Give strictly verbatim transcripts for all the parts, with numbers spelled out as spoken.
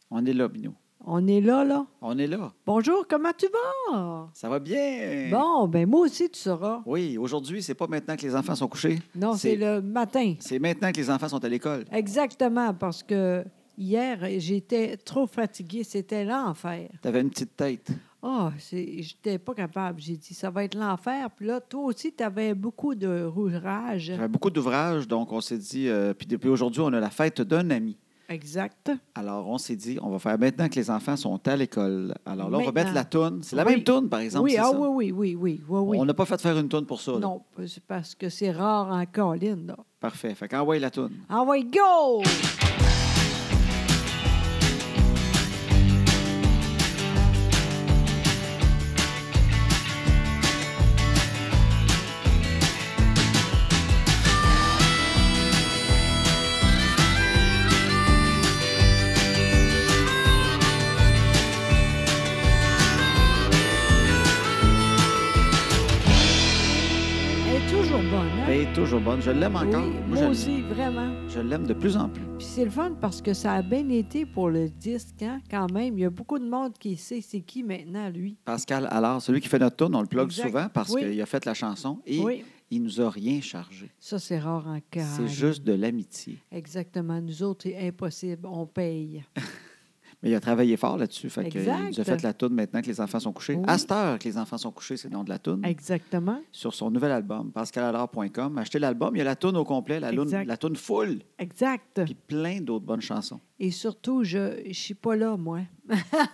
On est là, Minou. On est là, là. On est là. Bonjour, comment tu vas? Ça va bien? Bon, ben moi aussi, tu sauras. Oui, aujourd'hui, c'est pas maintenant que les enfants sont couchés. Non, c'est le matin. C'est maintenant que les enfants sont à l'école. Exactement, parce que hier, j'étais trop fatiguée. C'était l'enfer. Tu avais une petite tête. Ah, oh, j'étais pas capable. J'ai dit, ça va être l'enfer. Puis là, toi aussi, tu avais beaucoup de rouvrage. J'avais beaucoup d'ouvrages, donc on s'est dit... Euh, puis depuis aujourd'hui, on a la fête d'un ami. Exact. Alors, on s'est dit, on va faire maintenant que les enfants sont à l'école. Alors là, maintenant. on va mettre la toune. C'est la oui. même toune, par exemple, oui, c'est ah, ça? Oui, oui, oui, oui, oui, oui. On n'a pas fait faire une toune pour ça. Là. Non, c'est parce que c'est rare en colline, là. Parfait. Fait qu'envoie la toune. Envoie, go! Elle est toujours bonne. Je l'aime encore. Oui, moi, moi aussi, vraiment. Je l'aime de plus en plus. Puis c'est le fun parce que ça a bien été pour le disque, hein, quand même. Il y a beaucoup de monde qui sait c'est qui maintenant, lui. Pascal Allard, celui qui fait notre tourne, on le plug exact. souvent parce oui. qu'il a fait la chanson et oui. il nous a rien chargé. Ça, c'est rare en cas. C'est juste de l'amitié. Exactement. Nous autres, c'est impossible. On paye. Mais il a travaillé fort là-dessus. Fait que, il nous a fait la toune maintenant que les enfants sont couchés. Oui. À cette heure que les enfants sont couchés, c'est le nom de la toune. Exactement. Sur son nouvel album, pascal allard point com. Achetez l'album, il y a la toune au complet, la, lune, la toune full. Exact. Puis plein d'autres bonnes chansons. Et surtout, je ne suis pas là, moi. Tu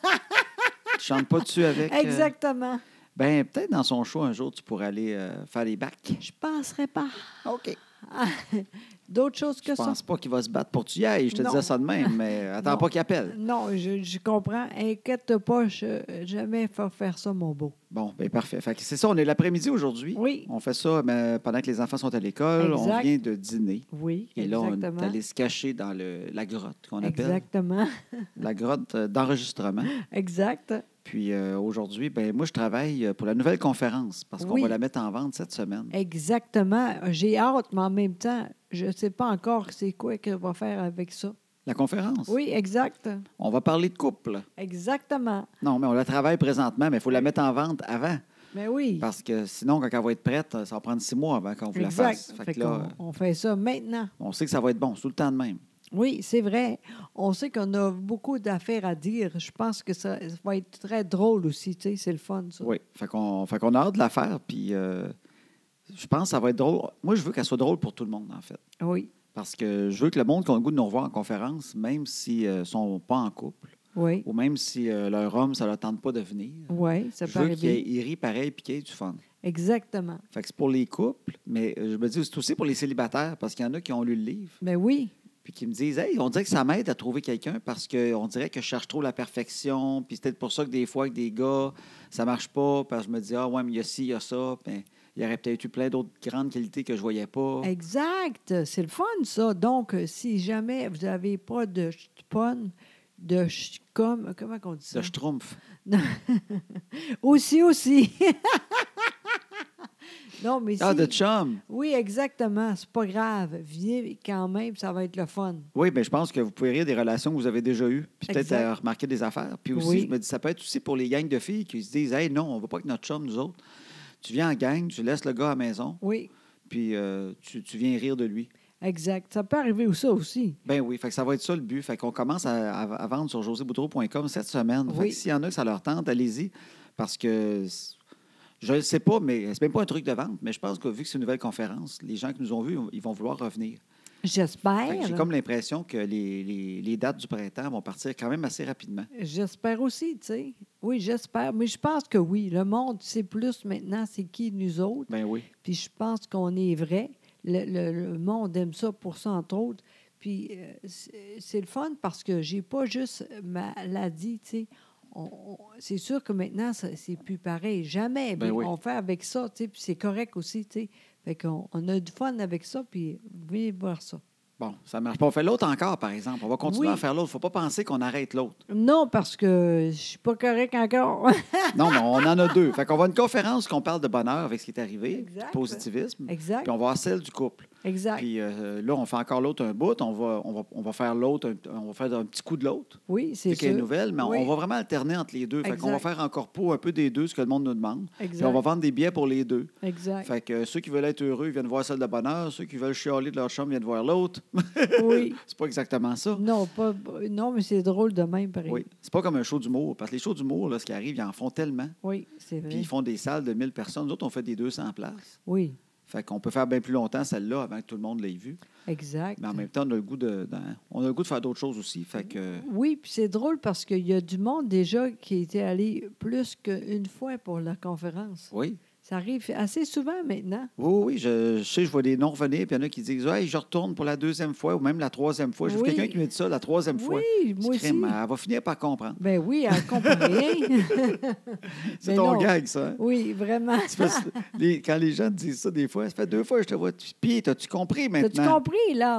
ne chantes pas dessus avec... Exactement. Euh... Ben peut-être dans son show, un jour, tu pourrais aller euh, faire les bacs. Je ne penserais pas. OK. D'autres choses que je ça? Je pense pas qu'il va se battre pour tu y ailles. Je te non. disais ça de même, mais attends non. pas qu'il appelle. Non, je, je comprends. Inquiète pas, je jamais faire faire ça, mon beau. Bon, bien parfait. Fait que c'est ça, on est l'après-midi aujourd'hui. Oui. On fait ça mais pendant que les enfants sont à l'école. Exact. On vient de dîner. Oui, Et là, exactement. on est allé se cacher dans le, la grotte qu'on appelle. Exactement. La grotte d'enregistrement. Exact. Puis euh, aujourd'hui, ben moi, je travaille pour la nouvelle conférence parce qu'on oui. va la mettre en vente cette semaine. Exactement. J'ai hâte, mais en même temps, je ne sais pas encore c'est quoi qu'on va faire avec ça. La conférence? Oui, exact. On va parler de couple. Exactement. Non, mais on la travaille présentement, mais il faut la mettre en vente avant. Mais oui. Parce que sinon, quand elle va être prête, ça va prendre six mois avant qu'on vous exact. la fasse. Fait, fait que là, on, on fait ça maintenant. On sait que ça va être bon, c'est tout le temps de même. Oui, c'est vrai. On sait qu'on a beaucoup d'affaires à dire. Je pense que ça, ça va être très drôle aussi. Tu sais, c'est le fun, ça. Oui. Fait qu'on, fait qu'on a hâte de la faire. Puis euh, je pense que ça va être drôle. Moi, je veux qu'elle soit drôle pour tout le monde, en fait. Oui. Parce que je veux que le monde qui a le goût de nous revoir en conférence, même s'ils ne euh, sont pas en couple, oui. ou même si euh, leur homme, ça ne leur tente pas de venir, oui, ça je peut veux arriver. qu'ils rient pareil et qu'ils aient du fun. Exactement. Fait que c'est pour les couples, mais je me dis c'est aussi pour les célibataires, parce qu'il y en a qui ont lu le livre. Mais oui. Puis qui me disent, hey, on dirait que ça m'aide à trouver quelqu'un parce qu'on dirait que je cherche trop la perfection. Puis c'est peut-être pour ça que des fois, avec des gars, ça marche pas. Parce que je me dis, ah ouais, mais il y a ci, il y a ça. Puis il y aurait peut-être eu plein d'autres grandes qualités que je voyais pas. Exact. C'est le fun, ça. Donc, si jamais vous n'avez pas de ch'tpon, de ch- comme, comment on dit ça? De schtroumpf. aussi, aussi. Non, mais ah, si... de chum. Oui, exactement. C'est pas grave. Venez quand même, ça va être le fun. Oui, bien, je pense que vous pouvez rire des relations que vous avez déjà eues, puis peut-être euh, remarquer des affaires. Puis aussi, oui. je me dis, ça peut être aussi pour les gangs de filles qui se disent, hey, non, on ne va pas avec notre chum, nous autres. Tu viens en gang, tu laisses le gars à la maison. Oui. Puis euh, tu, tu viens rire de lui. Exact. Ça peut arriver ça aussi. Ben oui, fait que ça va être ça le but. Fait qu'on commence à, à, à vendre sur josé boudreau point com cette semaine. Oui. Fait que s'il y en a que ça leur tente, allez-y. Parce que je ne sais pas, mais c'est même pas un truc de vente, mais je pense que vu que c'est une nouvelle conférence, les gens qui nous ont vus, ils vont vouloir revenir. J'espère. J'ai comme l'impression que les, les, les dates du printemps vont partir quand même assez rapidement. J'espère aussi, tu sais. Oui, j'espère. Mais je pense que oui. Le monde sait plus maintenant c'est qui nous autres. Ben oui. Puis je pense qu'on est vrai. Le, le, le monde aime ça pour ça, entre autres. Puis euh, c'est, c'est le fun parce que j'ai pas juste maladie, tu sais. On, on, c'est sûr que maintenant, ça, c'est plus pareil. Jamais. Ben oui. On fait avec ça, tu sais, puis c'est correct aussi, tu sais. Fait qu'on on a du fun avec ça, puis vous venez voir ça. Bon, ça marche pas. On fait l'autre encore, par exemple. On va continuer oui. à faire l'autre. Il ne faut pas penser qu'on arrête l'autre. Non, parce que je suis pas correct encore. non, mais on en a deux. Fait qu'on va à une conférence qu'on parle de bonheur avec ce qui est arrivé, exact. positivisme. Exact. Puis on va avoir celle du couple. Exact. Puis euh, là, on fait encore l'autre un bout. On va, on va, on va faire l'autre, un- on va faire un petit coup de l'autre. Oui, c'est Vu qu'elle est sûr. nouvelle, mais on- Oui. on va vraiment alterner entre les deux. Fait qu'on va Exact. faire en corpo un peu des deux, ce que le monde nous demande. Puis Exact. on va vendre des billets pour les deux. Exact. Fait que euh, ceux qui veulent être heureux, ils viennent voir celle de bonheur. Ceux qui veulent chialer de leur chambre viennent voir l'autre. Oui. C'est pas exactement ça. Non, pas, non, mais c'est drôle de même, pareil. Oui. C'est pas comme un show d'humour. Parce que les shows d'humour, là, ce qui arrive, ils en font tellement. Oui, c'est vrai. Puis ils font des salles de mille personnes. Nous autres, on fait des deux cents places. Oui, Fait qu'on peut faire bien plus longtemps celle-là avant que tout le monde l'ait vue. exact. Mais en même temps, on a le goût de, dans- on a le goût de faire d'autres choses aussi. Fait que, Oui, puis c'est drôle parce qu'il y a du monde déjà qui était allé plus qu'une fois pour la conférence. oui. Ça arrive assez souvent maintenant. Oui, oui, oui, je, je sais, je vois des noms revenir, puis il y en a qui disent hey, je retourne pour la deuxième fois ou même la troisième fois. J'ai vu Oui. quelqu'un qui m'a dit ça la troisième fois. Oui, moi Je aussi. crime, elle va finir par comprendre. Ben oui, elle comprend rien. C'est Mais ton non. gag, ça. Hein? Oui, vraiment. Tu fais ça- les- quand les gens te disent ça, des fois, ça fait deux fois que je te vois. Tu- Puis, as-tu compris T'as-tu maintenant? compris, là?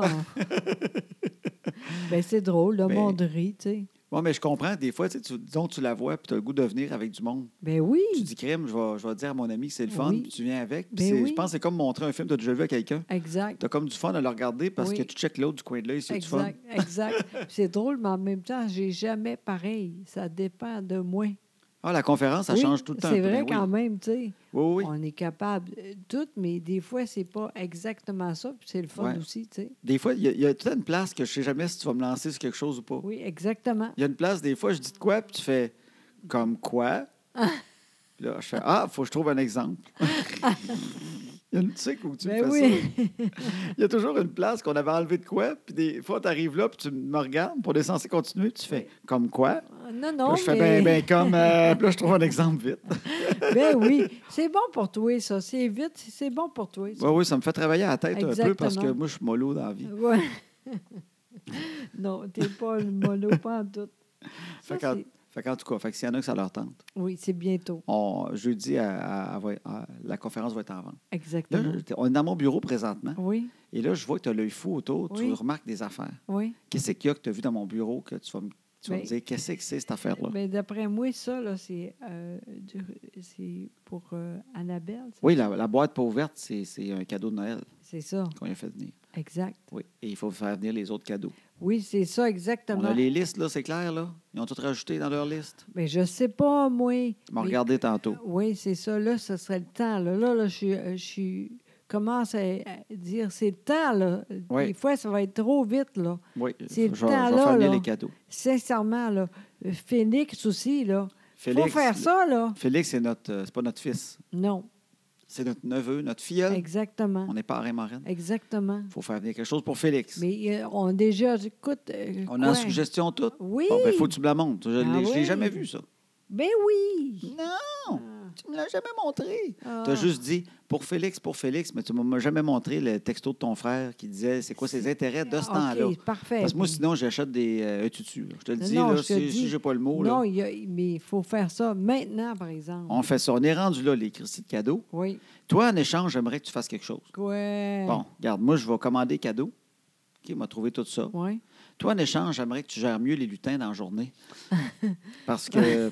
Ben c'est drôle, le Ben, monde rit, tu sais. Oui, mais je comprends. Des fois, tu sais, tu- disons que tu la vois, puis tu as le goût de venir avec du monde. Ben oui. Tu dis, crime, je vais, je vais dire à mon ami que c'est le fun, Oui. puis tu viens avec. Puis Ben c'est- oui. Je pense que c'est comme montrer un film que tu as déjà vu à quelqu'un. Exact. Tu as comme du fun à le regarder parce Oui. que tu checkes l'autre du coin de l'œil, c'est du fun. Exact, exact. Puis c'est drôle, mais en même temps, j'ai jamais pareil. Ça dépend de moi. Ah, la conférence, ça Oui, change tout le temps. c'est un peu. vrai Ben quand oui. même, tu sais. Oui, oui. On est capable de tout, mais des fois, c'est pas exactement ça. Puis c'est le fun Ouais. aussi, tu sais. Des fois, il y, a- il y a toute une place que je sais jamais si tu vas me lancer sur quelque chose ou pas. Oui, exactement. Il y a une place, des fois, je dis de quoi, puis tu fais comme quoi. Puis là, je fais Ah, faut que je trouve un exemple. Il y a une, tu sais, où tu me Ben fais oui. ça. Il y a toujours une place qu'on avait enlevée de quoi, puis des fois, tu arrives là, puis tu me regardes, puis on est censé continuer, puis tu fais comme quoi. Non, Puis non, là, je fais mais... ben, ben comme. euh, puis là, je trouve un exemple vite. ben oui, c'est bon pour toi, ça. C'est vite, c'est bon pour toi. Oui, oui, ça me fait travailler à la tête un peu parce que Exactement. moi, je suis mollo dans la vie. Ouais. non, t'es pas le mollo, pas en tout. Ça, Fait qu'en, c'est- fait qu'en tout cas, fait que s'il y en a que ça leur tente, Oui, c'est bientôt. on, jeudi, à, à- à- va- à- la conférence va être en vente. Là, Exactement. je- on est dans mon bureau présentement. Oui, Et là, je vois que tu as l'œil fou autour. Tu Oui. remarques des affaires. oui. Qu'est-ce qu'il y a que tu as vu dans mon bureau que tu vas me, tu vas me Ben, dire qu'est-ce que c'est cette affaire-là? Ben, d'après moi, ça, là, c'est, euh, du- c'est pour euh, Annabelle. c'est Oui, ça? la, la boîte pas ouverte, c'est, c'est un cadeau de Noël C'est ça, qu'on a fait venir. exact. Oui. Et il faut faire venir les autres cadeaux. Oui, c'est ça, On exactement. a les listes, là, c'est clair, là? Ils ont tout rajouté dans leur liste. Mais je sais pas, moi. Ils m'ont mais- regardé tantôt. Oui, c'est ça. Là, ce serait le temps. Là, là, là je suis. euh, Je suis commence à, à dire c'est le temps, là. Oui. Des fois, ça va être trop vite, là. Oui, C'est je, le je vais temps, je vais là, faire venir là. les cadeaux. Sincèrement, là. Euh, Phoenix aussi, là. Félix, Faut faire ça, là. Félix, c'est notre, euh, c'est pas notre fils. Non, C'est notre neveu, notre filleul. exactement. On n'est pas à marraine. Exactement. Il faut faire venir quelque chose pour Félix. Mais euh, on a déjà, écoute. euh, On a une quoi? suggestion toute. Oui. Bon, ben, faut que tu me la montres. Je Ah ne l'ai oui. jamais vu, ça. Ben oui. Non, tu me l'as jamais montré. Ah. Tu as juste dit pour Félix, pour Félix, mais tu ne m'as jamais montré le texto de ton frère qui disait c'est quoi ses intérêts de ce OK, temps-là. parfait. Parce que moi, sinon, j'achète des euh, un tutu. là. Je te le Non, dis, non, là, je te si, dis. si j'ai pas le mot, Non, là, il y a- mais il faut faire ça maintenant, par exemple. on fait ça. On est rendu là, les Christy de cadeaux. Oui. Toi, en échange, j'aimerais que tu fasses quelque chose. Ouais. Bon, regarde, moi, je vais commander cadeau. OK, il m'a trouvé tout ça. Oui. Toi, en échange, j'aimerais que tu gères mieux les lutins dans la journée. Parce que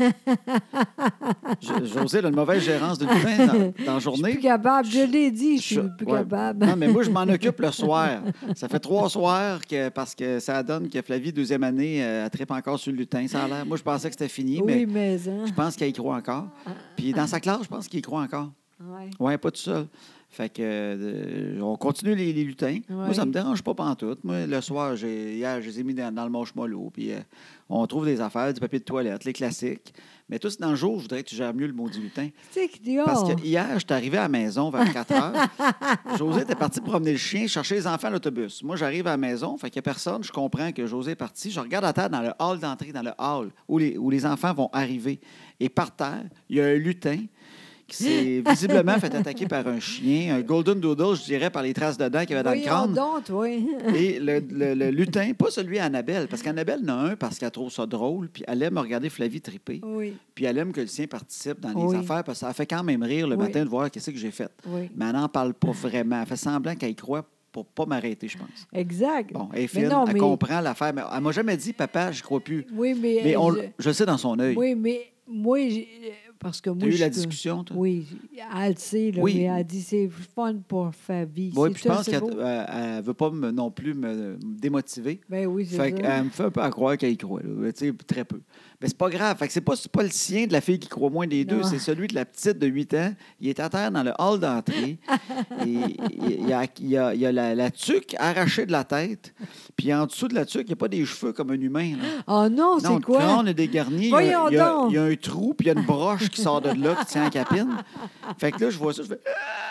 Jo- José a une mauvaise gérance de lutins dans, dans la Je suis journée. plus capable. Je l'ai dit, je suis Je- plus ouais. capable. Non, mais moi, je m'en occupe le soir. Ça fait trois soirs que, parce que ça donne que Flavie, deuxième année, euh, elle tripe encore sur le lutin. Ça a l'air. Moi, je pensais que c'était fini, oui, mais mais hein. je pense qu'elle y croit encore. Puis dans sa classe, je pense qu'il y croit encore. Ouais. Oui, pas tout seul. Fait que euh, on continue les, les lutins. Moi, ça Ouais. me dérange pas pantoute. Moi, le soir, j'ai, hier, je les ai mis dans, dans le manche-mollo. Puis euh, on trouve des affaires, du papier de toilette, les classiques. Mais tout dans le jour, je voudrais que tu gères mieux le maudit lutin. C'est que dis, Parce oh, que hier, je suis arrivé à la maison vers quatre heures. José était parti promener le chien, chercher les enfants à l'autobus. Moi, j'arrive à la maison, fait qu'il n'y a personne. Je comprends que José est parti. Je regarde à terre dans le hall d'entrée, dans le hall, où les, où les enfants vont arriver. Et par terre, il y a un lutin qui s'est visiblement fait attaquer par un chien, un golden doodle, je dirais, par les traces de dents qu'il y avait dans le voyons crâne. donc, oui. Et le, le- le lutin, pas celui à Annabelle, parce qu'Annabelle en a un parce qu'elle trouve ça drôle, puis elle aime regarder Flavie triper, Oui, puis elle aime que le sien participe dans les Oui. affaires, parce que ça fait quand même rire le Oui. matin de voir qu'est-ce que j'ai fait. oui. Mais elle n'en parle pas vraiment. Elle fait semblant qu'elle y croit pour pas m'arrêter, je pense. Exact. Bon, elle est fine, non, elle mais- comprend l'affaire, mais elle m'a jamais dit, papa, je crois plus. Oui, mais. Mais on, je- je le sais dans son œil. Oui, mais moi, j'ai- Parce que moi, Tu as eu je la suis- discussion, toi? Oui, elle le sait, là, Oui. mais elle dit c'est fun pour Fabi. Oui, C'est puis je ça, pense c'est qu'elle beau. ne veut pas me- non plus me, me démotiver. Ben oui, c'est Fait ça. qu'elle me fait un peu à croire qu'elle y croit, là, tu sais, très peu. Mais c'est pas grave. Fait que c'est pas, c'est pas le sien de la fille qui croit moins des deux, Non. c'est celui de la petite de huit ans. Il est à terre dans le hall d'entrée. Et il y a, il y a- il y a la, la tuque arrachée de la tête. Puis en dessous de la tuque, il n'y a pas des cheveux comme un humain. Là. Oh non, Non, c'est le quoi? crâne est dégarni. Il y, a, Voyons il, y a, donc. il y a un trou, puis il y a une broche qui sort de là, qui tient la capine. Fait que là, je vois ça, je fais...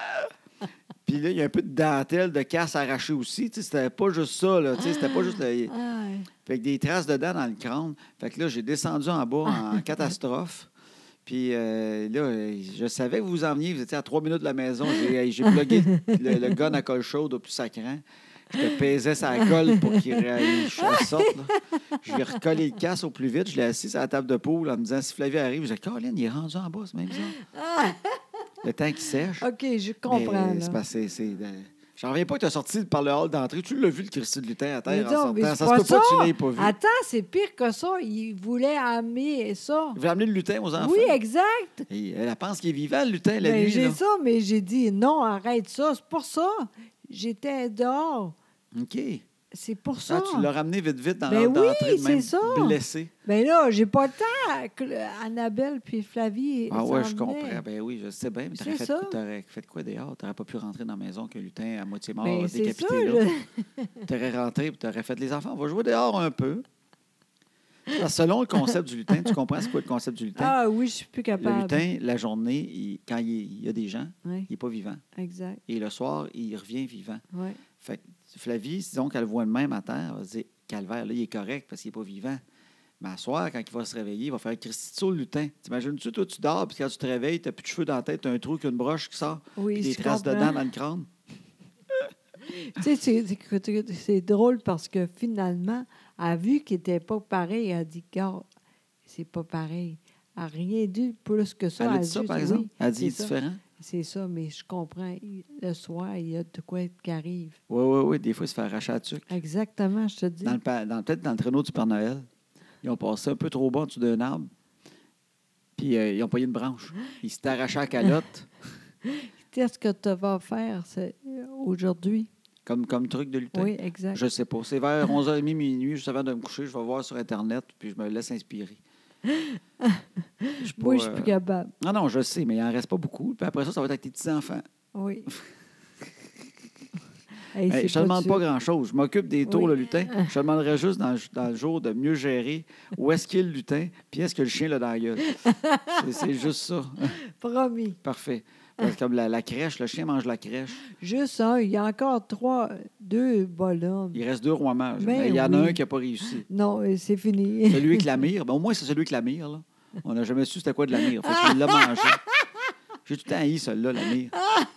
Ah! Puis là, il y a un peu de dentelle, de casse arrachée aussi. Tu sais, c'était pas juste ça, là. Tu sais, c'était pas juste... le- Ah, Fait que des traces de dents dans le crâne. Fait que là, j'ai descendu en bas en catastrophe. Puis euh, là, euh, je savais que vous vous en veniez. Vous étiez à trois minutes de la maison. J'ai, j'ai plugué le, le gun à colle chaude au plus sacrant. Je te pesais sa colle pour qu'il ré- il sorte. Là. Je lui ai recollé le casse au plus vite. Je l'ai assis sur la table de poule en me disant si Flavie arrive, je disais Caroline, il est rendu en bas, c'est même bizarre. Le temps qui sèche. OK, je comprends. Mais là. c'est parce que c'est. c'est de- J'en reviens pas que tu as sorti par le hall d'entrée. Tu l'as vu, le Christy de lutin à Mais terre en non, mais sortant. c'est Ça pas se peut pas que ça. tu l'aies pas vu. Attends, c'est pire que ça. Il voulait amener ça. Je vais amener le lutin aux enfants. Oui, exact. Et elle pense qu'il est vivant, le lutin, la Ben, nuit. j'ai Là. ça, mais j'ai dit non, arrête ça. C'est pour ça. J'étais dehors. OK. C'est pour ça. Ah, tu l'as ramené vite, vite dans Ben l'heure oui, d'entrée, de c'est même ça. blessé. Ben là, j'ai pas le temps. que Annabelle puis Flavie. Ah s'en ouais, je venaient. comprends. Ben oui, je sais bien. Mais t'aurais C'est fait, ça. t'aurais fait quoi dehors? T'aurais pas pu rentrer dans la maison qu'un lutin à moitié mort, Ben, c'est décapité ça. là. je- T'aurais rentré et t'aurais fait les enfants. On va jouer dehors un peu. Parce que selon le concept du lutin, tu comprends c'est quoi le concept du lutin? Ah oui, je suis plus Le capable. lutin, la journée, il- quand il, il y a des gens, Oui, il n'est pas vivant. exact. Et le soir, il revient vivant. Oui. Fait que Flavie, disons qu'elle le voit de même à terre, elle va se dire Calvaire, là, il est correct parce qu'il n'est pas vivant. Mais à soir, quand il va se réveiller, il va faire Christy le lutin. T'imagines-tu, toi, tu dors, puis quand tu te réveilles, tu n'as plus de cheveux dans la tête, tu as un trou avec une broche qui sort, Oui, puis des je traces de comprends. dents dans le crâne. Tu sais, c'est- c'est c'est drôle parce que finalement, elle a vu qu'il n'était pas pareil. Elle a dit, gars, c'est pas pareil. Elle n'a rien dit plus que ça. Elle a Elle dit ça, juste- par exemple? oui, Elle a dit il est c'est ça. différent? C'est ça, mais je comprends. Il- Le soir, il y a de quoi qui arrive. Oui, oui, oui. Des fois, il se fait arracher la tuque. Exactement, je te dis. Dans le, pa- dans, peut-être dans le traîneau du Père Noël, ils ont passé un peu trop bas en dessous d'un arbre, puis euh, ils ont payé une branche. Ils s'étaient arrachés à la calotte, Qu'est-ce que tu vas faire c'est, euh, aujourd'hui? comme, comme truc de lutin. Oui, exact. Je sais pas. C'est vers onze heures trente, minuit, juste avant de me coucher. Je vais voir sur Internet, puis je me laisse inspirer. Je suis pas, Moi, je suis euh, plus capable. Non, non, je sais, mais il n'en reste pas beaucoup. Puis après ça, ça va être avec tes petits-enfants. Oui. Hey, Hey, c'est je te demande dur. pas grand-chose. Je m'occupe des tours, Oui. le lutin. Je te demanderais juste dans, le- dans le jour de mieux gérer où est-ce qu'il est le lutin, puis est-ce que le chien l'a dans la gueule. C'est, c'est juste ça. Promis. Parfait. Parce que comme la, la crèche, le chien mange la crèche. Juste un. Il y a encore trois, deux bonhommes. Il reste deux rois mages. Ben Mais il y en a oui. un qui n'a pas réussi. Non, euh, c'est fini. Celui avec la mire. Ben, au moins, c'est celui avec la mire. Là. On n'a jamais su c'était quoi de la mire. Fait qu'il l'a mangé. J'ai tout le temps haï, celui-là, la mire.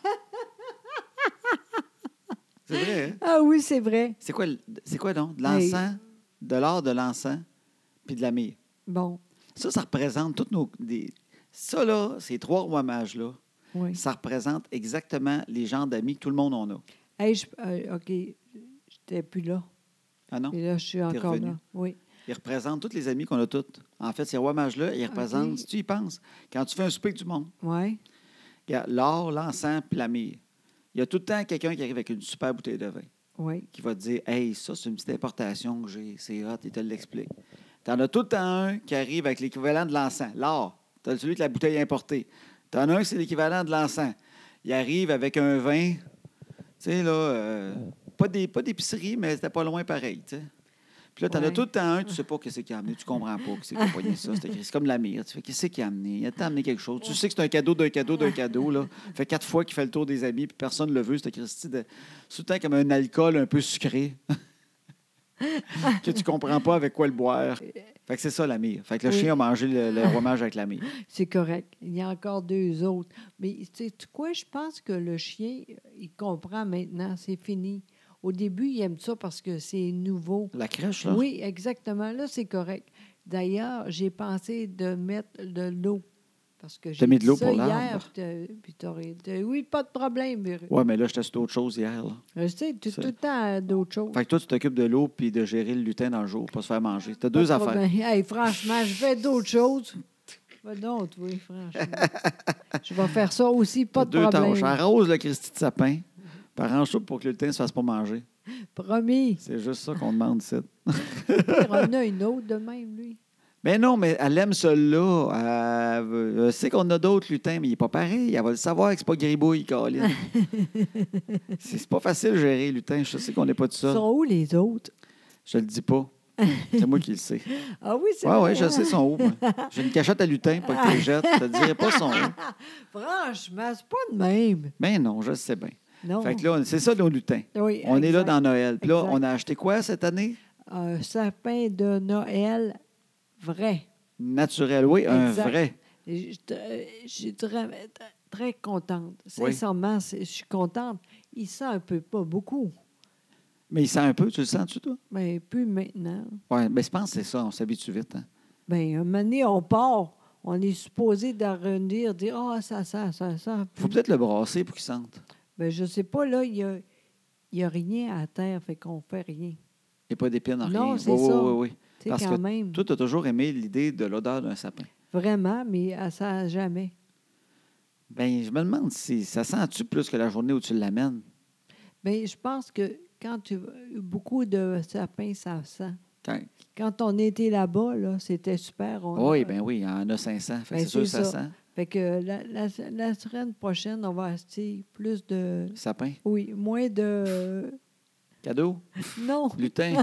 C'est vrai, hein? Ah oui, c'est vrai. C'est quoi, le- c'est quoi donc? De l'encens, de l'or de l'encens, puis de la mire. Bon, Ça, ça représente toutes nos... Des... Ça, là, ces trois rois mages-là, oui. ça représente exactement les genres d'amis que tout le monde en a. Hey, je- euh, OK, j'étais plus là. Ah non? Et là, je suis encore revenu. là. Oui. Ils représentent tous les amis qu'on a toutes. En fait, ces rois mages-là, ils représentent, OK. si tu y penses, quand tu fais un souper avec du monde, Oui. regarde, l'or, l'encens puis la mire. Il y a tout le temps quelqu'un qui arrive avec une super bouteille de vin Oui. qui va te dire Hey, ça, c'est une petite importation que j'ai, c'est hot, et te l'explique. Tu en as tout le temps un qui arrive avec l'équivalent de l'encens, l'or. Tu as celui avec la bouteille importée. Tu en as un, c'est l'équivalent de l'encens. Il arrive avec un vin, tu sais, là, euh, pas, des, pas d'épicerie, mais c'était pas loin pareil, tu sais. Puis là, tu en as Ouais. tout le temps un, tu sais pas qu'est-ce qu'il a amené, tu comprends pas qu'est-ce qu'il a pogné ça. C'est écrit, c'est comme la mire. Tu fais, qu'est-ce qu'il a amené? Il a amené quelque chose. Tu sais que c'est un cadeau d'un cadeau d'un cadeau, là. Fait quatre fois qu'il fait le tour des amis, puis personne ne le veut. C'est Christy de... C'est tout le temps comme un alcool un peu sucré. que tu comprends pas avec quoi le boire. Fait que c'est ça, la mire. Fait que le Oui. chien a mangé le, le fromage avec la mire. C'est correct. Il y a encore deux autres. Mais tu sais quoi, je pense que le chien, il comprend maintenant. C'est fini. Au début, il aime ça parce que c'est nouveau. La crèche, là? Oui, exactement. Là, c'est correct. D'ailleurs, j'ai pensé de mettre de l'eau. Parce que j'ai mis de dit l'eau ça pour hier. l'arbre? Puis t'as- puis t'aurais dit, oui, pas de problème. Mais- Ouais, mais là, j'étais sur d'autres choses hier, là. Je sais, tu C'est- tout le temps à d'autres choses. Fait que toi, tu t'occupes de l'eau puis de gérer le lutin dans le jour, pas se faire manger. T'as Pas deux de affaires. problème. Hey, franchement, je fais d'autres choses. Va donc, oui, franchement. Je vais faire ça aussi, pas T'as de deux problème. tâches. Arrose le Christy de sapin, puis arrange-toi pour que le lutin ne se fasse pas manger. Promis. C'est juste ça qu'on demande ici. Pire, on a une autre de même, lui. Mais non, mais elle aime celle-là. Elle, elle sait qu'on a d'autres lutins, mais il n'est pas pareil. Elle va le savoir que c'est pas Gribouille, Caroline. c'est c'est pas facile de gérer, lutin. Je sais qu'on n'est pas tout Ils seul. sont où les autres? Je le dis pas. C'est moi qui le sais. Ah oui, c'est Oui, vrai. oui, je hein? sais son où. moi. J'ai une cachette à lutin, pas que tu les jettes. Je te dirai pas son où. Franchement, c'est pas de même. Mais non, je le sais bien. Non. Fait que là, on- c'est ça, nos lutins. Oui, On est là exact. dans Noël. Puis là, Exact. on a acheté quoi cette année? Un sapin de Noël vrai. Naturel, oui, un Exact. vrai. Je je suis très, très contente. Oui. Sincèrement, c'est- je suis contente. Il sent un peu, pas beaucoup, Mais il sent un peu, tu le sens-tu, toi? mais plus maintenant. Oui, mais je pense que c'est ça, on s'habitue vite. Hein? Bien, un moment donné, on part. On est supposé d'en revenir, dire Ah, ça sent, ça sent. Il faut peut-être le brasser pour qu'il sente. Ben, je sais pas, là, il n'y a, il y a rien à terre, fait qu'on fait rien. Il n'y a pas d'épines, rien. Non, c'est oui, ça. Oui, oui, oui. Tu sais, Parce quand que même. toi, tu as toujours aimé l'idée de l'odeur d'un sapin. Vraiment, mais à ça, jamais. Bien, je me demande si ça sent-tu plus que la journée où tu l'amènes? Bien, je pense que quand tu beaucoup de sapins, ça sent. Quand... Quand on était là-bas, là, c'était super. On, Oui, bien oui, il y en a cinq cents. Fait que Ben, c'est sûr que c'est ça, ça. sent. Fait que la, la, la semaine prochaine, on va acheter plus de. Sapin. Oui, moins de. Cadeau. Non. Lutin.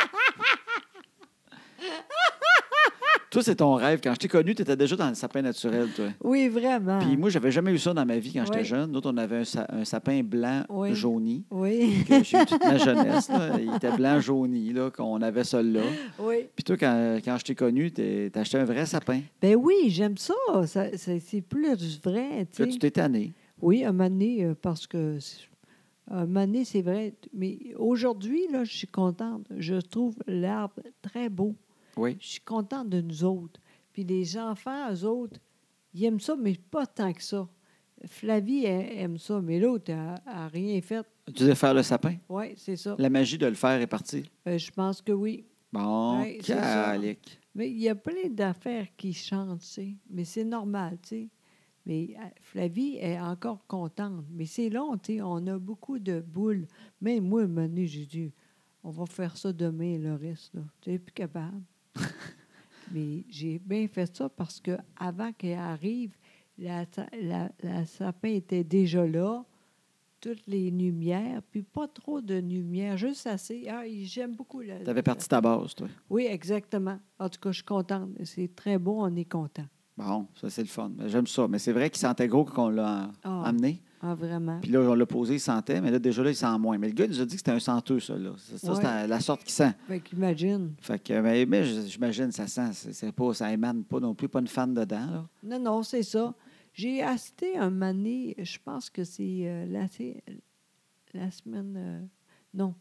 Toi, c'est ton rêve. Quand je t'ai connu, tu étais déjà dans le sapin naturel, toi. Oui, vraiment. Puis moi, j'avais jamais eu ça dans ma vie quand j'étais Oui. jeune. Nous autres, on avait un, sa- un sapin blanc Oui. jauni. Oui. Que j'ai eu toute ma jeunesse. Là. Il était blanc jauni, là, qu'on avait celui-là. Oui. Puis toi, quand, quand je t'ai connu, t'es- t'as acheté un vrai sapin. Ben oui, j'aime ça. Ça- ça- c'est plus vrai, Puis là, tu tu sais. t'es tanné. Oui, un moment donné, euh, parce que. c'est- Un moment donné, c'est vrai. Mais aujourd'hui, là, je suis contente. Je trouve l'arbre très beau. Oui. Je suis contente de nous autres. Puis les enfants, eux autres, ils aiment ça, mais pas tant que ça. Flavie elle, aime ça, mais l'autre n'a rien fait. Tu devais faire le sapin. Oui, c'est ça. La magie de le faire est partie. Euh, je pense que oui. Bon, Ouais, c'est ça. calique. Mais il y a plein d'affaires qui chantent, tu sais. Mais c'est normal, tu sais. Mais euh, Flavie est encore contente. Mais c'est long, tu sais. On a beaucoup de boules. Même moi, un moment donné, j'ai dit, on va faire ça demain, le reste, là. Tu n'es plus capable. Mais j'ai bien fait ça parce que avant qu'elle arrive, la, sa- la, la sapin était déjà là, toutes les lumières, puis pas trop de lumière, juste assez. Ah, j'aime beaucoup la. Tu avais parti ta base, toi. Oui, exactement. En tout cas, je suis contente. C'est très beau, on est content. Bon, ça, c'est le fun. J'aime ça. Mais c'est vrai qu'il sentait gros quand on l'a Ah. amené. Ah, vraiment. Puis là, on l'a posé, il sentait, mais là, déjà, là, il sent moins. Mais le gars, il nous a dit que c'était un senteux, ça. Là. Ça, ça, Ouais. c'est la- la sorte qu'il sent. Fait qu'imagine. Fait que, mais, mais j'imagine, ça sent. C'est, c'est pas, ça émane pas non plus, pas une fan dedans, là. Non, non, c'est ça. J'ai assisté un mané, je pense que c'est euh, la, c'est- la semaine. euh, non.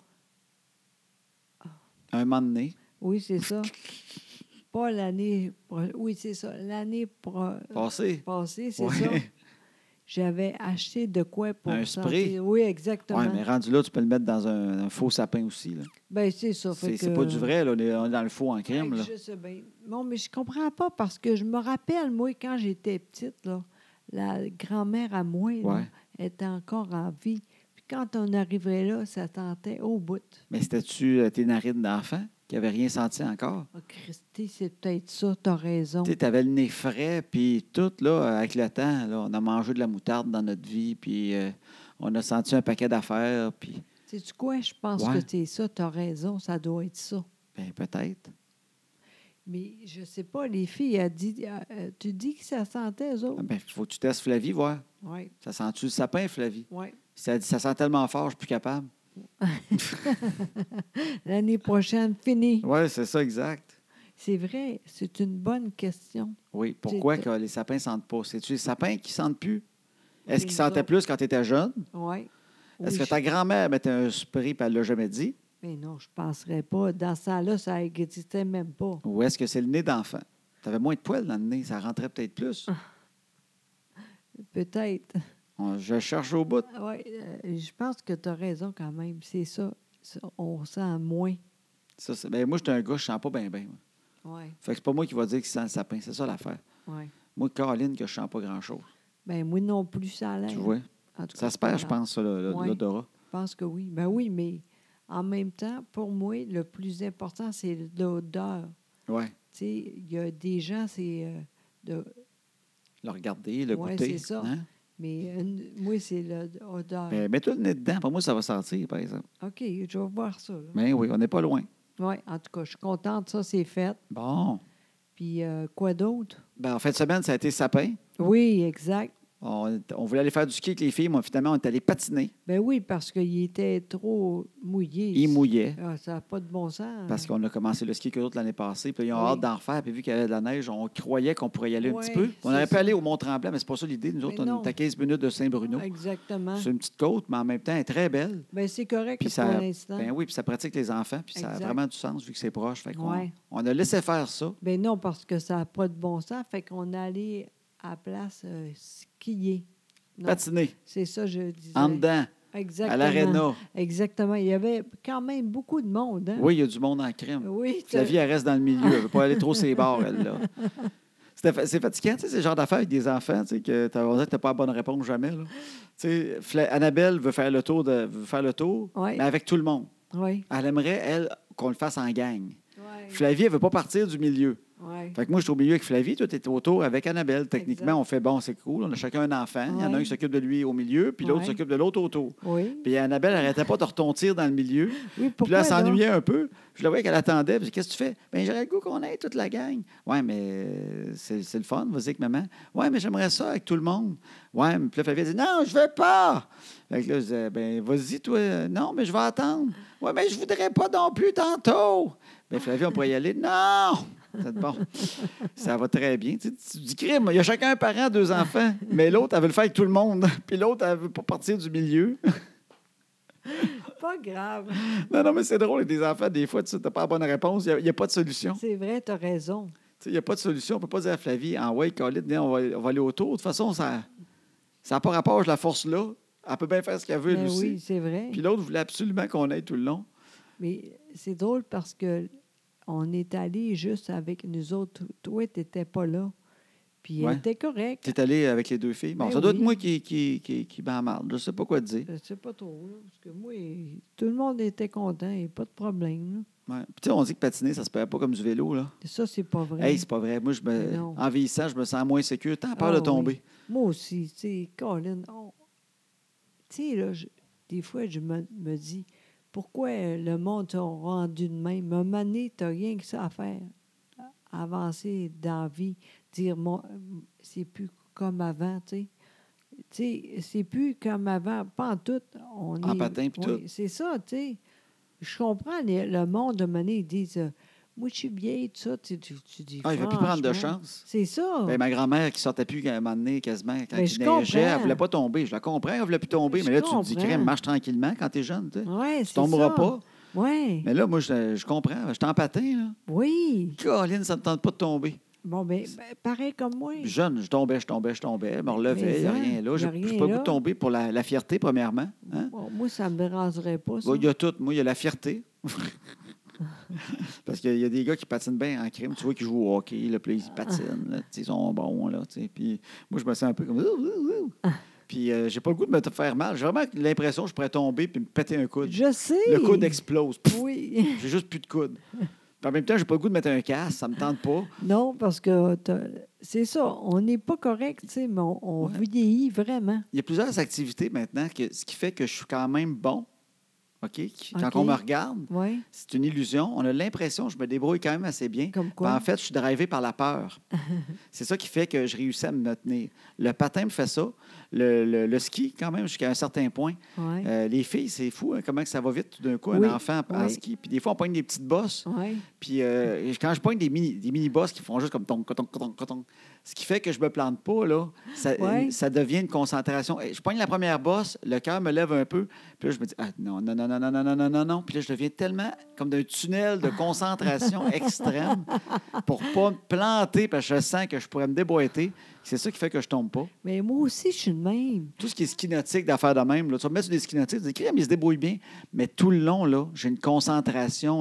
Un moment donné. Oui, c'est ça. Pas l'année. pro- Oui, c'est ça. L'année pro- Passé. passée, c'est Ouais. ça. J'avais acheté de quoi pour Un sentir- spray? Oui, exactement. Oui, mais rendu là, tu peux le mettre dans un, un faux sapin aussi. Là. Ben, c'est ça. fait C'est, c'est que- pas du vrai, là. On est, on est dans le faux en crème. Ouais, Là. je sais bien. Non, mais je comprends pas parce que je me rappelle, moi, quand j'étais petite, là, la grand-mère à moi là, Ouais. était encore en vie. Puis quand on arrivait là, ça tentait au bout. Mais c'était-tu euh, tes narines d'enfant qui n'avaient rien senti encore? Ah, Christy, c'est peut-être ça, t'as raison. Tu avais le nez frais, puis tout, là, avec le temps, là, on a mangé de la moutarde dans notre vie, puis euh, on a senti un paquet d'affaires, puis Sais-tu quoi? Je pense Ouais. que c'est ça, t'as raison, ça doit être ça. ben, peut-être. Mais je sais pas, les filles, elles dit, euh, euh, tu dis que ça sentait, eux Ah, autres? ben, faut que tu testes Flavie, voir. Oui, Ça sent-tu le sapin, Flavie? oui. Si elle dit ça sent tellement fort, je suis plus capable. L'année prochaine, fini. Oui, c'est ça, exact. C'est vrai, c'est une bonne question. Oui, pourquoi C'est- que les sapins ne sentent pas? C'est-tu les sapins qui sentent plus? Est-ce Oui, qu'ils nous sentaient autres. plus quand tu étais jeune? Oui. Est-ce Oui, que je- ta grand-mère mettait un spray et elle ne l'a jamais dit? Mais non, je ne penserais pas. Dans ce temps-là, ça n'existait même pas. Ou est-ce que c'est le nez d'enfant? Tu avais moins de poils dans le nez, ça rentrait peut-être plus. Peut-être. On- je cherche au bout. Oui, je pense que tu as raison quand même. C'est ça. Ça, on sent moins. Ça, c'est- ben, moi, j'étais un gars, je ne sens pas bien, bien. Oui, Fait que c'est pas moi qui va dire qu'il sent le sapin. C'est ça l'affaire. oui. Moi, Caroline, que je sens pas grand-chose. Ben moi non plus, ça a l'air. Tu vois? En tout cas, Ça se c'est pas perd, je grave. pense, ça, le- le- Ouais. l'odorat. Je pense que oui. Ben oui, mais en même temps, pour moi, le plus important, c'est l'odeur. Oui. Tu sais, il y a des gens, c'est euh, de... Le regarder, le Ouais, goûter. c'est ça. Hein? Mais euh, moi, c'est l'odeur. Ben, mets-toi le nez dedans. Pour moi, ça va sentir, par exemple. OK, je vais voir ça. Mais oui, on n'est pas loin. Oui, en tout cas, je suis contente. Ça, c'est fait. Bon. Puis euh, quoi d'autre? Ben, en fin de semaine, ça a été sapin. Oui, exact. On, on voulait aller faire du ski avec les filles, mais finalement, on est allé patiner. Ben oui, parce qu'il était trop mouillé. Ils mouillaient. Ah, ça n'a pas de bon sens. Parce qu'on a commencé le ski avec eux autres l'année passée. Puis là, ils ont Oui. hâte d'en refaire. Puis vu qu'il y avait de la neige, on croyait qu'on pourrait y aller un Oui, petit peu. On c'est aurait pu ça. aller au Mont-Tremblant, mais c'est pas ça l'idée. Nous autres, Mais on non. est à quinze minutes de Saint-Bruno. Exactement. C'est une petite côte, mais en même temps, elle est très belle. Ben c'est correct Puis pour ça, l'instant. ben oui, puis ça pratique les enfants. Puis ça a Exact. vraiment du sens vu que c'est proche. Fait qu'on Ouais. on a laissé faire ça. Ben non, parce que ça n'a pas de bon sens. Fait qu'on est allé à la place euh, skier. Non, Patiner. c'est ça, je disais. En dedans, Exactement. à l'aréna. Exactement. Il y avait quand même beaucoup de monde. Hein? Oui, il y a du monde en crème. Oui. La vie, elle reste dans le milieu. Elle ne veut pas aller trop ses bords, elle, là. C'était fa- C'est fatigant, tu sais, c'est le genre d'affaires avec des enfants, tu sais, que tu n'as pas la bonne réponse jamais, là. Tu sais, Fla- Annabelle veut faire le tour, de, veut faire le tour, Oui. mais avec tout le monde. Oui. Elle aimerait, elle, qu'on le fasse en gang. Oui. Flavie, elle ne veut pas partir du milieu. Oui. Fait que moi, je suis au milieu avec Flavie, toi, tu es autour avec Annabelle. Techniquement, Exact. on fait bon, c'est cool. On a chacun un enfant. Il y en a un Ouais. qui s'occupe de lui au milieu, puis l'autre Ouais. s'occupe de l'autre autour. Oui. Puis Annabelle n'arrêtait pas de retontir dans le milieu. Oui, Puis pourquoi là, elle donc? s'ennuyait un peu. Je la voyais qu'elle attendait. Puis, qu'est-ce que tu fais? Bien, j'aurais le goût qu'on ait toute la gang. Ouais, mais euh, c'est, c'est le fun, vas-y avec maman. Ouais, mais j'aimerais ça avec tout le monde. Ouais, mais puis là, Flavie a dit, non, je veux pas. Fait que là, je disais, ben, vas-y, toi. Non, mais je vais attendre. Ouais, mais je voudrais pas non plus tantôt. Bien, Flavie, on pourrait y aller. Non! C'est bon. Ça va très bien. Tu, sais, tu dis, crime, il y a chacun un parent, deux enfants, mais l'autre, elle veut le faire avec tout le monde. Puis l'autre, elle veut pas partir du milieu. Pas grave. Non, non, mais c'est drôle, avec des enfants, des fois, tu n'as pas la bonne réponse, il n'y a, a pas de solution. C'est vrai, tu as raison. Tu sais, il n'y a pas de solution. On ne peut pas dire à Flavie, en ouais, Colin, on va, on va aller autour. De toute façon, ça n'a pas rapport, je la force là. Elle peut bien faire ce qu'elle veut, elle Ben aussi. oui, c'est vrai. Puis l'autre voulait absolument qu'on aille tout le long. Mais c'est drôle parce que on est allé juste avec nous autres. Toi, tu n'étais pas là. Puis Ouais. elle était correcte. Tu es allé avec les deux filles. Bon, Ben ça doit oui. être moi qui, qui, qui, qui m'emmarde. Je ne sais pas quoi te dire. Je ne sais pas trop. Là, parce que moi, tout le monde était content. Il n'y a pas de problème. Là. Ouais. Puis tu sais, on dit que patiner, ça se perd pas comme du vélo, là. Ça, c'est pas vrai. Hey, c'est pas vrai. Moi, je me... Non. en vieillissant, je me sens moins sécure. T'as peur Ah de tomber. oui. Moi aussi, tu sais, Colin, on- tu sais, là, je- des fois, je me, me dis, pourquoi le monde t'a rendu de même? À un moment donné, tu n'as rien que ça à faire. Avancer dans la vie, dire, mon, c'est plus comme avant, tu sais. Tu sais, c'est plus comme avant, pas en tout. On En est, patin puis oui, c'est ça, tu sais. Je comprends les- le monde, de moment donné, ils disent, euh, moi, je suis vieille, tout ça. Tu, tu, tu dis, Ah, il ne va plus prendre de franchement, chance. C'est ça. Ben, ma grand-mère qui sortait plus à un moment donné, quasiment, quand Ben, il je neigeait, elle comprends. ne voulait pas tomber. Je la comprends, elle ne voulait plus tomber. Je mais là, tu te dis, comprends. crème, marche tranquillement quand tu es jeune. Tu sais. Oui, Tu c'est tomberas ça. pas. Oui. Mais là, moi, je, je comprends. Je suis en patin. Là. Oui. Colin, ça ne me tente pas de tomber. Bon, ben, ben, pareil comme moi. Jeune, je tombais, je tombais, je tombais. Je me relevais, il n'y a Mais, hein, rien là. y a Je rien n'ai pas le goût là. de tomber pour la, la fierté, premièrement. Hein? Bon, moi, ça ne me dérangerait pas, ça. Bon, il y a tout. Moi, il y a la fierté. Parce qu'il y a des gars qui patinent bien en crime. Tu vois, qui jouent au hockey, là, puis là, ils patinent. Là, tu sais, ils sont bons. Là, tu sais. Puis moi, je me sens un peu comme... Ouh, ouh, ouh. Puis euh, j'ai pas le goût de me faire mal. J'ai vraiment l'impression que je pourrais tomber puis me péter un coude. Je sais. Le coude explose. Pouf! Oui. J'ai juste plus de coude. Puis en même temps, j'ai pas le goût de mettre un casque. Ça me tente pas. Non, parce que t'as- c'est ça. On n'est pas correct, tu sais, mais on, on Ouais. vieillit vraiment. Il y a plusieurs activités maintenant, que, ce qui fait que je suis quand même bon. OK? Qui- Quand OK. on me regarde, Oui. c'est une illusion. On a l'impression que je me débrouille quand même assez bien. Comme Puis quoi? en fait, je suis drivé par la peur. C'est ça qui fait que je réussis à me tenir. Le patin me fait ça. Le, le- le ski, quand même, jusqu'à un certain point. Oui. Euh, les filles, c'est fou, hein, comment que ça va vite tout d'un coup, Oui, un enfant en oui. ski. Puis des fois, on pogne des petites bosses. Oui. Puis euh, quand je pogne des mini, des mini-bosses qui font juste comme ton, coton, coton, coton, ce qui fait que je me plante pas, là, ça, Ouais. ça devient une concentration. Et je pogne la première bosse, le cœur me lève un peu, puis là, je me dis, ah non, non, non, non, non, non, non, non, non, non. Puis là, je deviens tellement comme d'un tunnel de concentration extrême pour pas me planter, parce que je sens que je pourrais me déboîter. C'est ça qui fait que je tombe pas. Mais moi aussi, je suis de même. Tout ce qui est ski nautique, d'affaires de même, là, tu vas me mettre sur des skis nautiques, tu dis, crème, il se débrouille bien. Mais tout le long, là, j'ai une concentration là,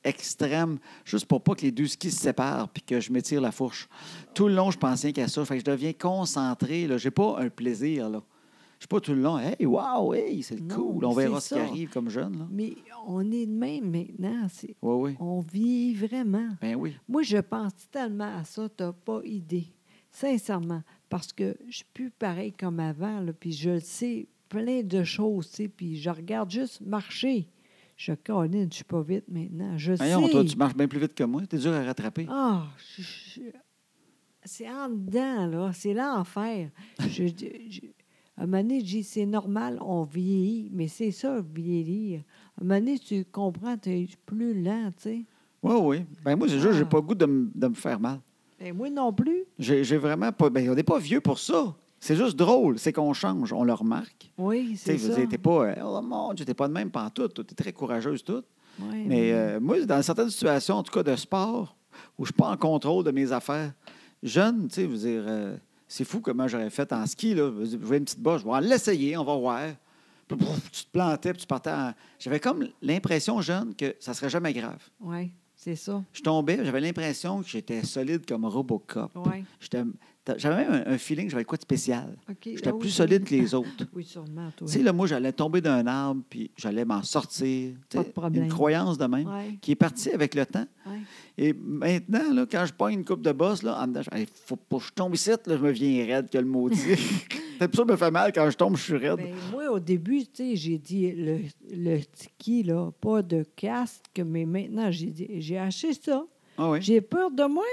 extrême, juste pour pas que les deux skis se séparent puis que je m'étire la fourche. Tout le long, je pensais qu'à ça. Fait que je deviens concentré. Je n'ai pas un plaisir. Là. Je suis pas tout le long. Hey, wow, hey, c'est Non, cool. On c'est verra ce qui ça. arrive comme jeune. Là. Mais on est de même maintenant. C'est... Oui, oui. On vit vraiment. Ben oui. Moi, je pense tellement à ça, tu n'as pas idée. Sincèrement. Parce que je suis plus pareil comme avant, là, puis je le sais, plein de choses, tu sais, puis je regarde juste marcher. Je connais, je ne suis pas vite maintenant. Je Voyons, sais. toi, tu marches bien plus vite que moi. T'es dur à rattraper. Ah, je- je- c'est en dedans, là. C'est l'enfer. Je, je, je- à un moment donné, je dis, c'est normal, on vieillit, mais c'est ça, vieillir. À un moment donné, tu comprends, tu es plus lent, tu sais. Oui, oui. Ben moi, c'est juste, j'ai Ah. pas le goût de, me- de me faire mal. Et moi non plus. J'ai j'ai vraiment pas. Ben, on n'est pas vieux pour ça. C'est juste drôle. C'est qu'on change. On le remarque. Oui, Tu sais, c'est je veux ça. dire, t'es pas. euh, Oh mon Dieu, t'es pas de même pantoute. Tu es très courageuse, toute. Oui, Mais euh, moi, dans certaines situations, en tout cas de sport, où je suis pas en contrôle de mes affaires, jeune, tu sais, je veux dire, euh, c'est fou comment j'aurais fait en ski, là. Je vois une petite bosse, je vais l'essayer, on va voir. Puis, pouf, tu te plantais, puis tu partais en... J'avais comme l'impression, jeune, que ça serait jamais grave. oui, c'est ça. Je tombais, j'avais l'impression que j'étais solide comme Robocop. Oui. J'étais- J'avais même un, un feeling que j'avais quoi de spécial. OK. J'étais Ah plus oui, solide que les autres. Oui, sûrement, toi. Tu sais, là, moi, j'allais tomber d'un arbre, puis j'allais m'en sortir. Tu Pas sais, de problème. Une croyance de même, Oui, qui est partie avec le temps. oui. Et maintenant, là, quand je pogne une coupe de bosse, là, en dedans, il faut pas que je tombe ici, là, je me viens raide que le maudit. C'est pour ça que ça me fait mal quand je tombe, je suis raide. Ben, moi, au début, tu sais, j'ai dit le, le ski, là, pas de casque, mais maintenant, j'ai dit, j'ai acheté ça. Ah oui. J'ai peur de moi.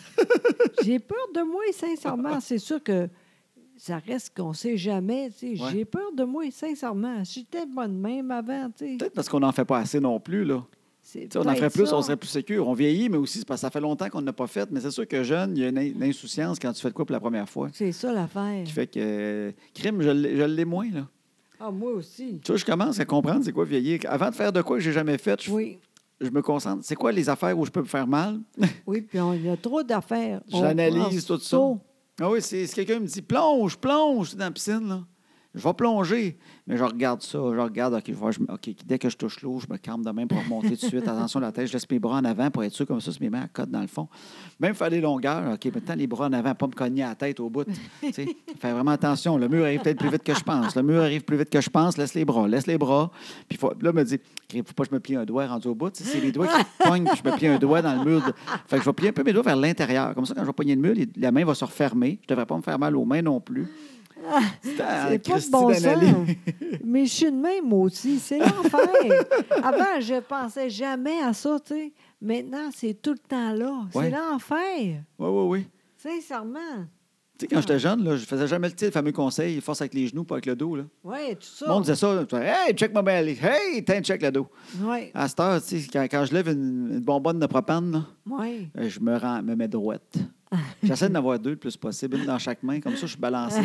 J'ai peur de moi, sincèrement. C'est sûr que ça reste qu'on ne sait jamais. Tu sais. Ouais. J'ai peur de moi, sincèrement. J'étais pas de même avant. Tu sais. Peut-être parce qu'on n'en fait pas assez non plus, là. C'est Tu sais, on en ferait peut-être plus, ça. on serait plus sécure. On vieillit, mais aussi, c'est parce que ça fait longtemps qu'on n'a pas fait. Mais c'est sûr que jeune, il y a une, in- une insouciance quand tu fais de quoi pour la première fois. C'est ça l'affaire. Qui fait que, euh, crime, je l'ai je l'ai moins, là. Ah, moi aussi. Tu vois, je commence à comprendre c'est quoi vieillir. Avant de faire de quoi que j'ai jamais fait, je, Oui, je me concentre. C'est quoi les affaires où je peux me faire mal? oui, puis on- il y a trop d'affaires. On J'analyse pense tout ça. trop. Ah oui, c'est, si quelqu'un me dit plonge, plonge dans la piscine, là. Je vais plonger, mais je regarde ça, je regarde, OK, je vois, je me- OK, dès que je touche l'eau, je me calme de même pour remonter tout de suite. Attention, la tête, je laisse mes bras en avant pour être sûr, comme ça, c'est mes mains à côte dans le fond. Même faire des longueurs, OK, maintenant, les bras en avant, pas me cogner à la tête au bout. Tu sais, faire vraiment attention. Le mur arrive peut-être plus vite que je pense. Le mur arrive plus vite que je pense, laisse les bras, laisse les bras. Puis faut, là, me dit, il ne faut pas que je me plie un doigt rendu au bout. Tu sais, c'est les doigts qui pognent, puis je me plie un doigt dans le mur. de- Fait que je vais plier un peu mes doigts vers l'intérieur. Comme ça, quand je vais pogner le mur, les- la main va se refermer. Je ne devrais pas me faire mal aux mains non plus. C'est pas de bon sens. Mais je suis de même moi aussi. C'est l'enfer. Avant, je pensais jamais à ça, tu sais. Maintenant, c'est tout le temps là. Ouais. C'est l'enfer. Oui, oui, oui. Sincèrement. Tu sais, quand j'étais jeune, là, je faisais jamais le, tu sais, le fameux conseil, force avec les genoux, pas avec le dos. Là. Oui, tout ça. Le monde disait ça. Tu fais, hey, check ma belle. Hey, tiens, check le dos. Oui, À cette heure, tu sais, quand, quand je lève une, une bonbonne de propane, là, oui. euh, je me, rends, me mets droite. J'essaie d'en avoir deux le plus possible, une dans chaque main, comme ça, je suis balancé.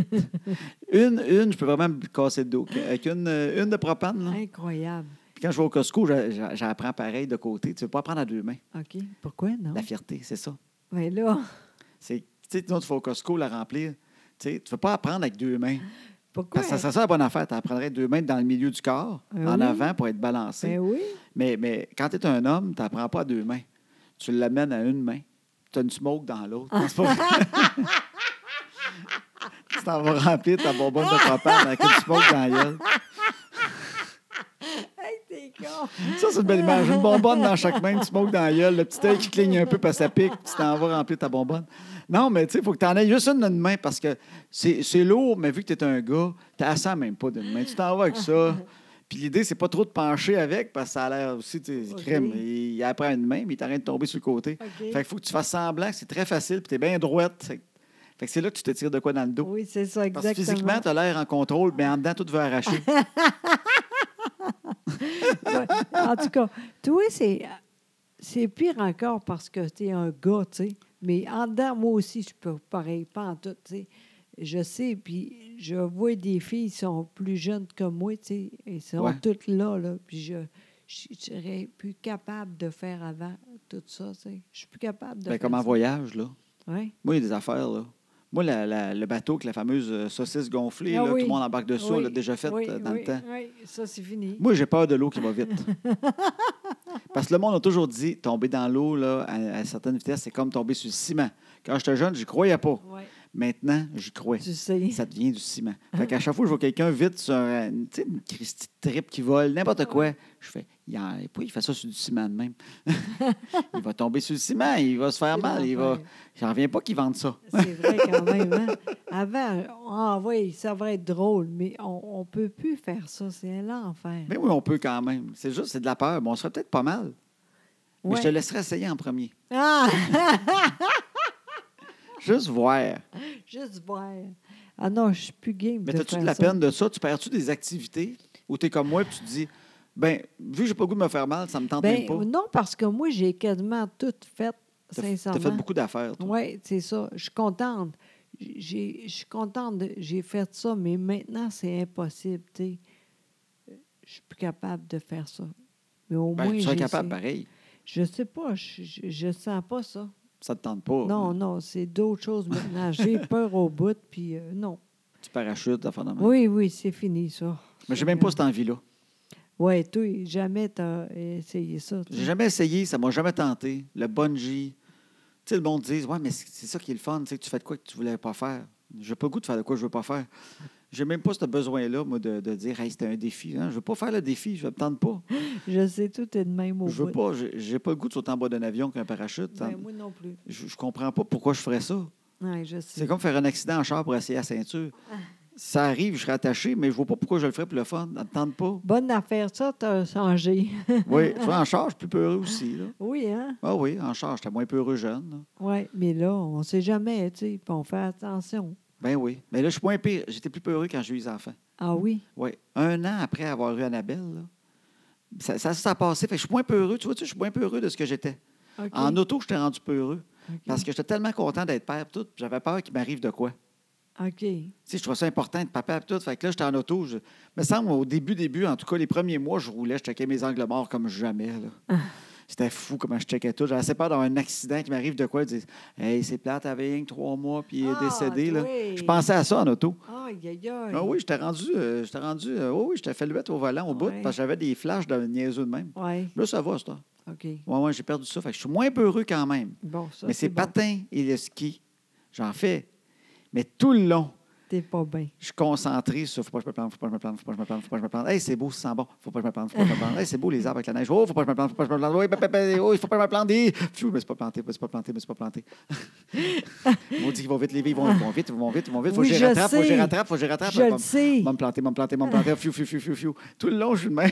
une, une, je peux vraiment me casser le dos. Avec une, une de propane, là. Incroyable. Puis quand je vais au Costco, j'a- j'a- j'apprends pareil de côté. Tu ne peux pas apprendre à deux mains. OK. Pourquoi, non? La fierté, c'est ça. Mais là, C'est, tu sais, sinon, tu vas au Costco la remplir. Tu ne veux pas apprendre avec deux mains. pourquoi? Parce que ça serait ça la bonne affaire. Tu apprendrais deux mains dans le milieu du corps, Ben en oui. avant pour être balancé. Ben oui. Mais, mais quand tu es un homme, tu n'apprends pas à deux mains. Tu l'amènes à une main. Tu as une smoke dans l'autre. Non, c'est pas vrai. Tu t'en vas remplir ta bonbonne de propane avec une smoke dans la gueule. Hey, t'es con. Ça, c'est une belle image. Une bonbonne dans chaque main, une smoke dans la gueule, le petit œil qui cligne un peu parce que ça pique, puis tu t'en vas remplir ta bonbonne. Non, mais tu sais, il faut que tu en aies juste une d'une main parce que c'est, c'est lourd, mais vu que tu es un gars, tu n'as même pas d'une main. Tu t'en vas avec ça. Puis l'idée, c'est pas trop de pencher avec parce que ça a l'air aussi, tu sais, OK. crème. Il, il apprend une main, mais il t'arrête de tomber sur le côté. OK. Fait qu'il faut que tu fasses semblant que c'est très facile, puis tu es bien droite. Fait, que- fait que c'est là que tu te tires de quoi dans le dos. Oui, c'est ça, Parce que exactement. physiquement, tu as l'air en contrôle, mais en dedans, tout veut arracher. Ouais. En tout cas, toi, c'est, c'est pire encore parce que tu es un gars, tu sais. Mais en dedans, moi aussi, je peux pareil, pas en tout, tu sais. Je sais, puis je vois des filles qui sont plus jeunes que moi, tu sais, et sont Ouais. toutes là, là. Puis je, je serais plus capable de faire avant tout ça, tu sais. Je suis plus capable de Ben, faire comme en ça. voyage, là. Ouais. Moi, il y a des affaires, là. Moi, la, la- le bateau avec la fameuse euh, saucisse gonflée, Ah là, oui. tout le monde embarque dessus, on Oui, l'a déjà fait oui, euh, dans oui, le temps. oui, ça, c'est fini. Moi, j'ai peur de l'eau qui va vite. Parce que le monde a toujours dit, tomber dans l'eau là, à, à certaines vitesses, c'est comme tomber sur le ciment. Quand j'étais jeune, j'y croyais pas. Oui, Maintenant, j'y crois. tu sais. Ça devient du ciment. Fait qu'à chaque fois que je vois quelqu'un vite sur un- tu sais, une Christie de trip qui vole, n'importe quoi, Ouais. je fais, il, en, pourquoi il fait ça sur du ciment de même? Il va tomber sur le ciment, il va se faire C'est mal. Il va... l'enfer. J'en reviens pas qu'il vende ça. C'est vrai quand même. Hein? Avant, ah oui, ça va être drôle, mais on ne peut plus faire ça. C'est l'enfer. Mais oui, on peut quand même. C'est juste, c'est de la peur. Bon, on serait peut-être pas mal. Mais Ouais. je te laisserai essayer en premier. Ah! Juste voir. Juste voir. Ah non, je suis plus game Mais de as-tu faire de la ça. peine de ça? Tu perds-tu des activités où tu es comme moi et tu te dis, ben, vu que j'ai pas le goût de me faire mal, ça me tente même Ben, pas. non, parce que moi, j'ai quasiment tout fait, T'as sincèrement. t'as fait beaucoup d'affaires, toi. Oui, c'est ça. Je suis contente. J'ai- Je suis contente. de- J'ai fait ça, mais maintenant, c'est impossible. Tu sais. Je suis plus capable de faire ça. Mais au Ben, moins, tu serais j'essaie. capable, pareil. Je sais pas. Je, je, je sens pas ça. Ça te tente pas. Non, non, c'est d'autres choses maintenant. J'ai peur au bout, puis euh, non. Tu parachutes, enfin, de même. Oui, oui, c'est fini, ça. Mais j'ai même pas cette envie-là. Oui, toi, jamais t'as essayé ça. tu J'ai sais. jamais essayé, ça m'a jamais tenté. Le bungee. Tu sais, le monde dit, ouais, mais c'est c'est ça qui est le fun, tu sais, que tu fais de quoi que tu voulais pas faire. J'ai pas le goût de faire de quoi je veux pas faire. J'ai même pas ce besoin-là, moi, de, de dire, hey, c'était un défi. Hein? Je veux pas faire le défi, je me tente pas. Je sais, tout est de même au Je veux bout. pas, j'ai j'ai pas le goût de sauter en bas d'un avion qu'un parachute. Ben, moi non plus. Je, je comprends pas pourquoi je ferais ça. Oui, je sais. C'est comme faire un accident en char pour essayer la ceinture. Ça arrive, je serais attaché, mais je vois pas pourquoi je le ferais pour le fun. Ça ne tente pas. Bonne affaire, ça, t'as changé. Oui, tu vois, en char, je suis plus peureux aussi. Là. Oui, hein? Ah oui, en char, j'étais moins peureux jeune. là. Oui, mais là, on ne sait jamais, tu sais, puis on fait attention. Ben oui. Mais là, je suis moins pire. J'étais plus peureux quand j'ai eu les enfants. Ah oui? Oui. Un an après avoir eu Annabelle, là, ça, ça, ça a passé. Fait que je suis moins peureux. Tu vois, tu sais, je suis moins peureux de ce que j'étais. OK. En auto, j'étais rendu peureux. OK. Parce que j'étais tellement content d'être père, pis tout, puis j'avais peur qu'il m'arrive de quoi. OK. Tu sais, je trouvais ça important d'être papa et tout. Fait que là, j'étais en auto. Je... me semble, au début, début, en tout cas, les premiers mois, je roulais, je checkais mes angles morts comme jamais. Là. Ah. C'était fou comment je checkais tout. J'avais assez peur d'avoir un accident qui m'arrive de quoi. Ils disent, hey, c'est plate, t'avais rien que trois mois, puis il est Ah, décédé. Là. oui. Je pensais à ça en auto. Aïe, aïe, aïe. Ah oui, j'étais rendu, euh, j'étais rendu, euh, oh oui, j'étais fait le au volant au bout Ouais. parce que j'avais des flashs de niaiseux de même. Oui, Là, ça va, ça. OK. Ouais, ouais, j'ai perdu ça. Fait que je suis moins peureux quand même. Bon, ça, Mais c'est c'est bon. patin et le ski, j'en fais. Mais tout le long, T'es pas bien. je suis concentré sur faut pas que je me plante, faut pas que je me plante, faut pas que je me plante, faut pas que je me plante. Hey, c'est beau, ça sent bon. Faut pas que je me plante, faut pas que je me plante. Hey, c'est beau les arbres avec la neige. Oh, faut pas que je me plante, faut pas que je me plante. Oui, bah, bah, bah, oh, il faut pas que je me plante. Et... Pfiou, je me suis pas planté, je me suis pas planté, je me suis pas planté. On dit qu'ils vont vite, les vies, ils vont, ils vont vite, ils vont vite, ils vont vite. Faut Oui, que je je rattrape, faut que je sais. rattrape, faut que je rattrape. Je le sais. Va me planter, va me planter, va me planter. Fiu, fiu, fiu, fiu, fiu. Tout le long, je suis le même.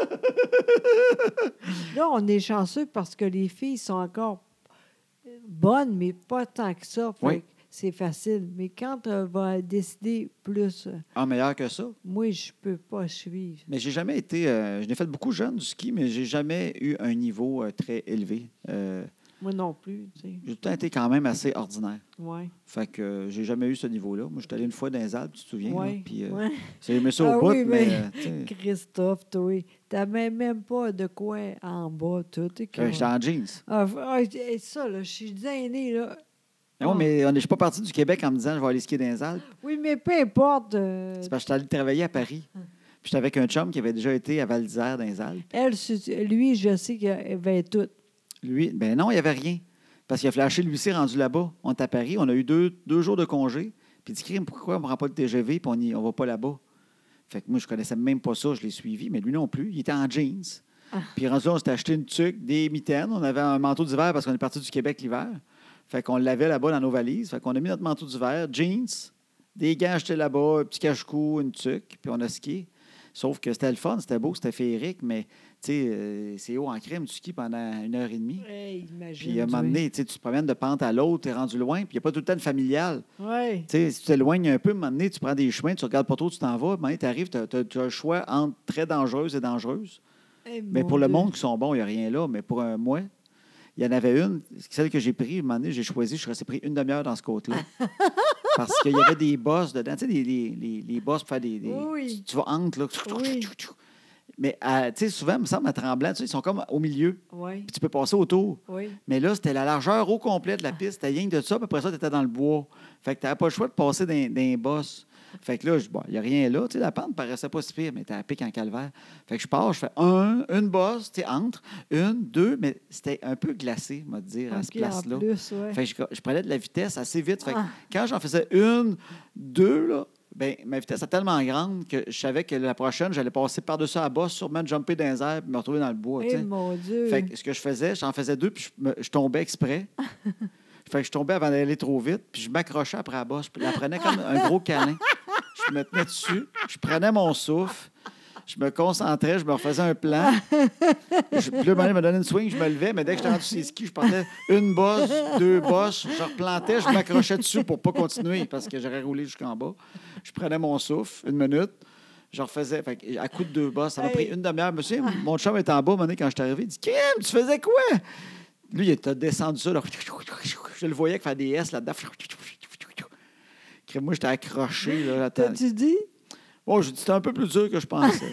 Là, on est chanceux parce que les filles sont encore bonnes, mais pas tant que ça. Fait Oui. que c'est facile. Mais quand on va décider plus, euh, Ah, meilleur que ça. moi, je peux pas suivre. Mais j'ai jamais été. Euh, je n'ai fait beaucoup jeune du ski, mais j'ai jamais eu un niveau euh, très élevé. Euh, Moi non plus, tu sais. j'ai tout le temps été quand même assez ordinaire. Oui. Fait que euh, j'ai jamais eu ce niveau-là. Moi, j'étais allé une fois dans les Alpes, tu te souviens? là, Oui. Puis euh, Ouais. j'ai aimé ça au Ah bout, oui, mais. mais- euh, tu sais, Christophe, toi, t'avais même pas de quoi en bas, tout. t'es euh, j'étais en jeans. Ah, ah, et ça, là, je suis gênée, là. Non, Ah. mais on est- je suis pas parti du Québec en me disant je vais aller skier dans les Alpes. Oui, mais peu importe. euh, C'est parce que j'étais allé travailler à Paris. Ah. Puis j'étais avec un chum qui avait déjà été à Val d'Isère dans les Alpes. elle, c'est- lui, je sais qu'il avait tout. Lui, ben non, il n'y avait rien. Parce qu'il a flashé lui aussi rendu là-bas. On est à Paris, on a eu deux, deux jours de congé. Puis il dit, crime, pourquoi on ne prend pas le T G V puis on ne va pas là-bas? Fait que moi, je connaissais même pas ça, je l'ai suivi, mais lui non plus. Il était en jeans. Ah. Puis rendu là, on s'était acheté une tuque, des mitaines. On avait un manteau d'hiver parce qu'on est parti du Québec l'hiver. Fait qu'on l'avait là-bas dans nos valises. Fait qu'on a mis notre manteau d'hiver, jeans, des gants achetés là-bas, un petit cache-cou, une tuque, puis on a skié. Sauf que c'était le fun, c'était beau, c'était féerique, mais tu sais, euh, c'est haut en crème, tu skis pendant une heure et demie. Hey, imagine. Puis à un moment donné, tu sais, tu te promènes de pente à l'autre, tu es rendu loin, puis il n'y a pas tout le temps de familial. Oui. Tu sais, si tu t'éloignes un peu, à un moment donné, tu prends des chemins, tu regardes pas trop, tu t'en vas, à un moment donné, tu arrives, tu as, le choix entre très dangereuse et dangereuse. Mais pour le monde qui sont bons, il n'y a rien là. Mais pour un moi, il y en avait une, celle que j'ai prise, à un moment donné, j'ai choisi, je suis resté pris une demi-heure dans ce côte-là. Parce qu'il y avait des bosses dedans, tu sais, les, les, les, les bosses pour faire des. des- Oui. tu, tu vas entre, là. Oui. Mais à- tu sais, souvent, il me semble, à Tremblant, tu sais, ils sont comme au milieu. Oui, Puis tu peux passer autour. oui. Mais là, c'était la largeur au complet de la piste. C'était rien que de ça. Puis après ça, tu étais dans le bois. Fait que tu n'avais pas le choix de passer dans, dans les bosses. Fait que là, je- bon, il n'y a rien là. Tu sais, la pente paraissait pas si pire, mais t'as à pic en calvaire. Fait que je pars, je fais un, une bosse, tu sais, entre, une, deux, mais c'était un peu glacé, on va te dire, à cette OK, en place-là. plus, oui. Fait que je, je prenais de la vitesse assez vite. Fait que Ah. quand j'en faisais une, deux, là, ben, ma vitesse était tellement grande que je savais que la prochaine, j'allais passer par-dessus la bosse, sûrement jumper dans les airs et me retrouver dans le bois. tu Eh, sais. mon Dieu! Fait que ce que je faisais, j'en faisais deux, puis je, me- je tombais exprès. Fait que je tombais avant d'aller trop vite, puis je m'accrochais après la bosse. Je la prenais comme un gros câlin. Je me tenais dessus, je prenais mon souffle, je me concentrais, je me refaisais un plan. Je, puis là, un moment donné, il me donnait une swing, je me levais, mais dès que j'étais rendu sur les skis, je partais une bosse, deux bosses, je replantais, je m'accrochais dessus pour pas continuer parce que j'aurais roulé jusqu'en bas. Je prenais mon souffle, une minute, je refaisais, fait que à coup de deux bosses, ça m'a Hey. pris une demi-heure. Monsieur, mon chum était en bas, un moment donné, quand je suis arrivé, il dit Kim, tu faisais quoi? Lui, il était descendu ça, là. Je le voyais faire des S là-dedans. Moi, j'étais accroché. Là, là, T'as-tu dit? oh, j'ai dit, c'était un peu plus dur que je pensais.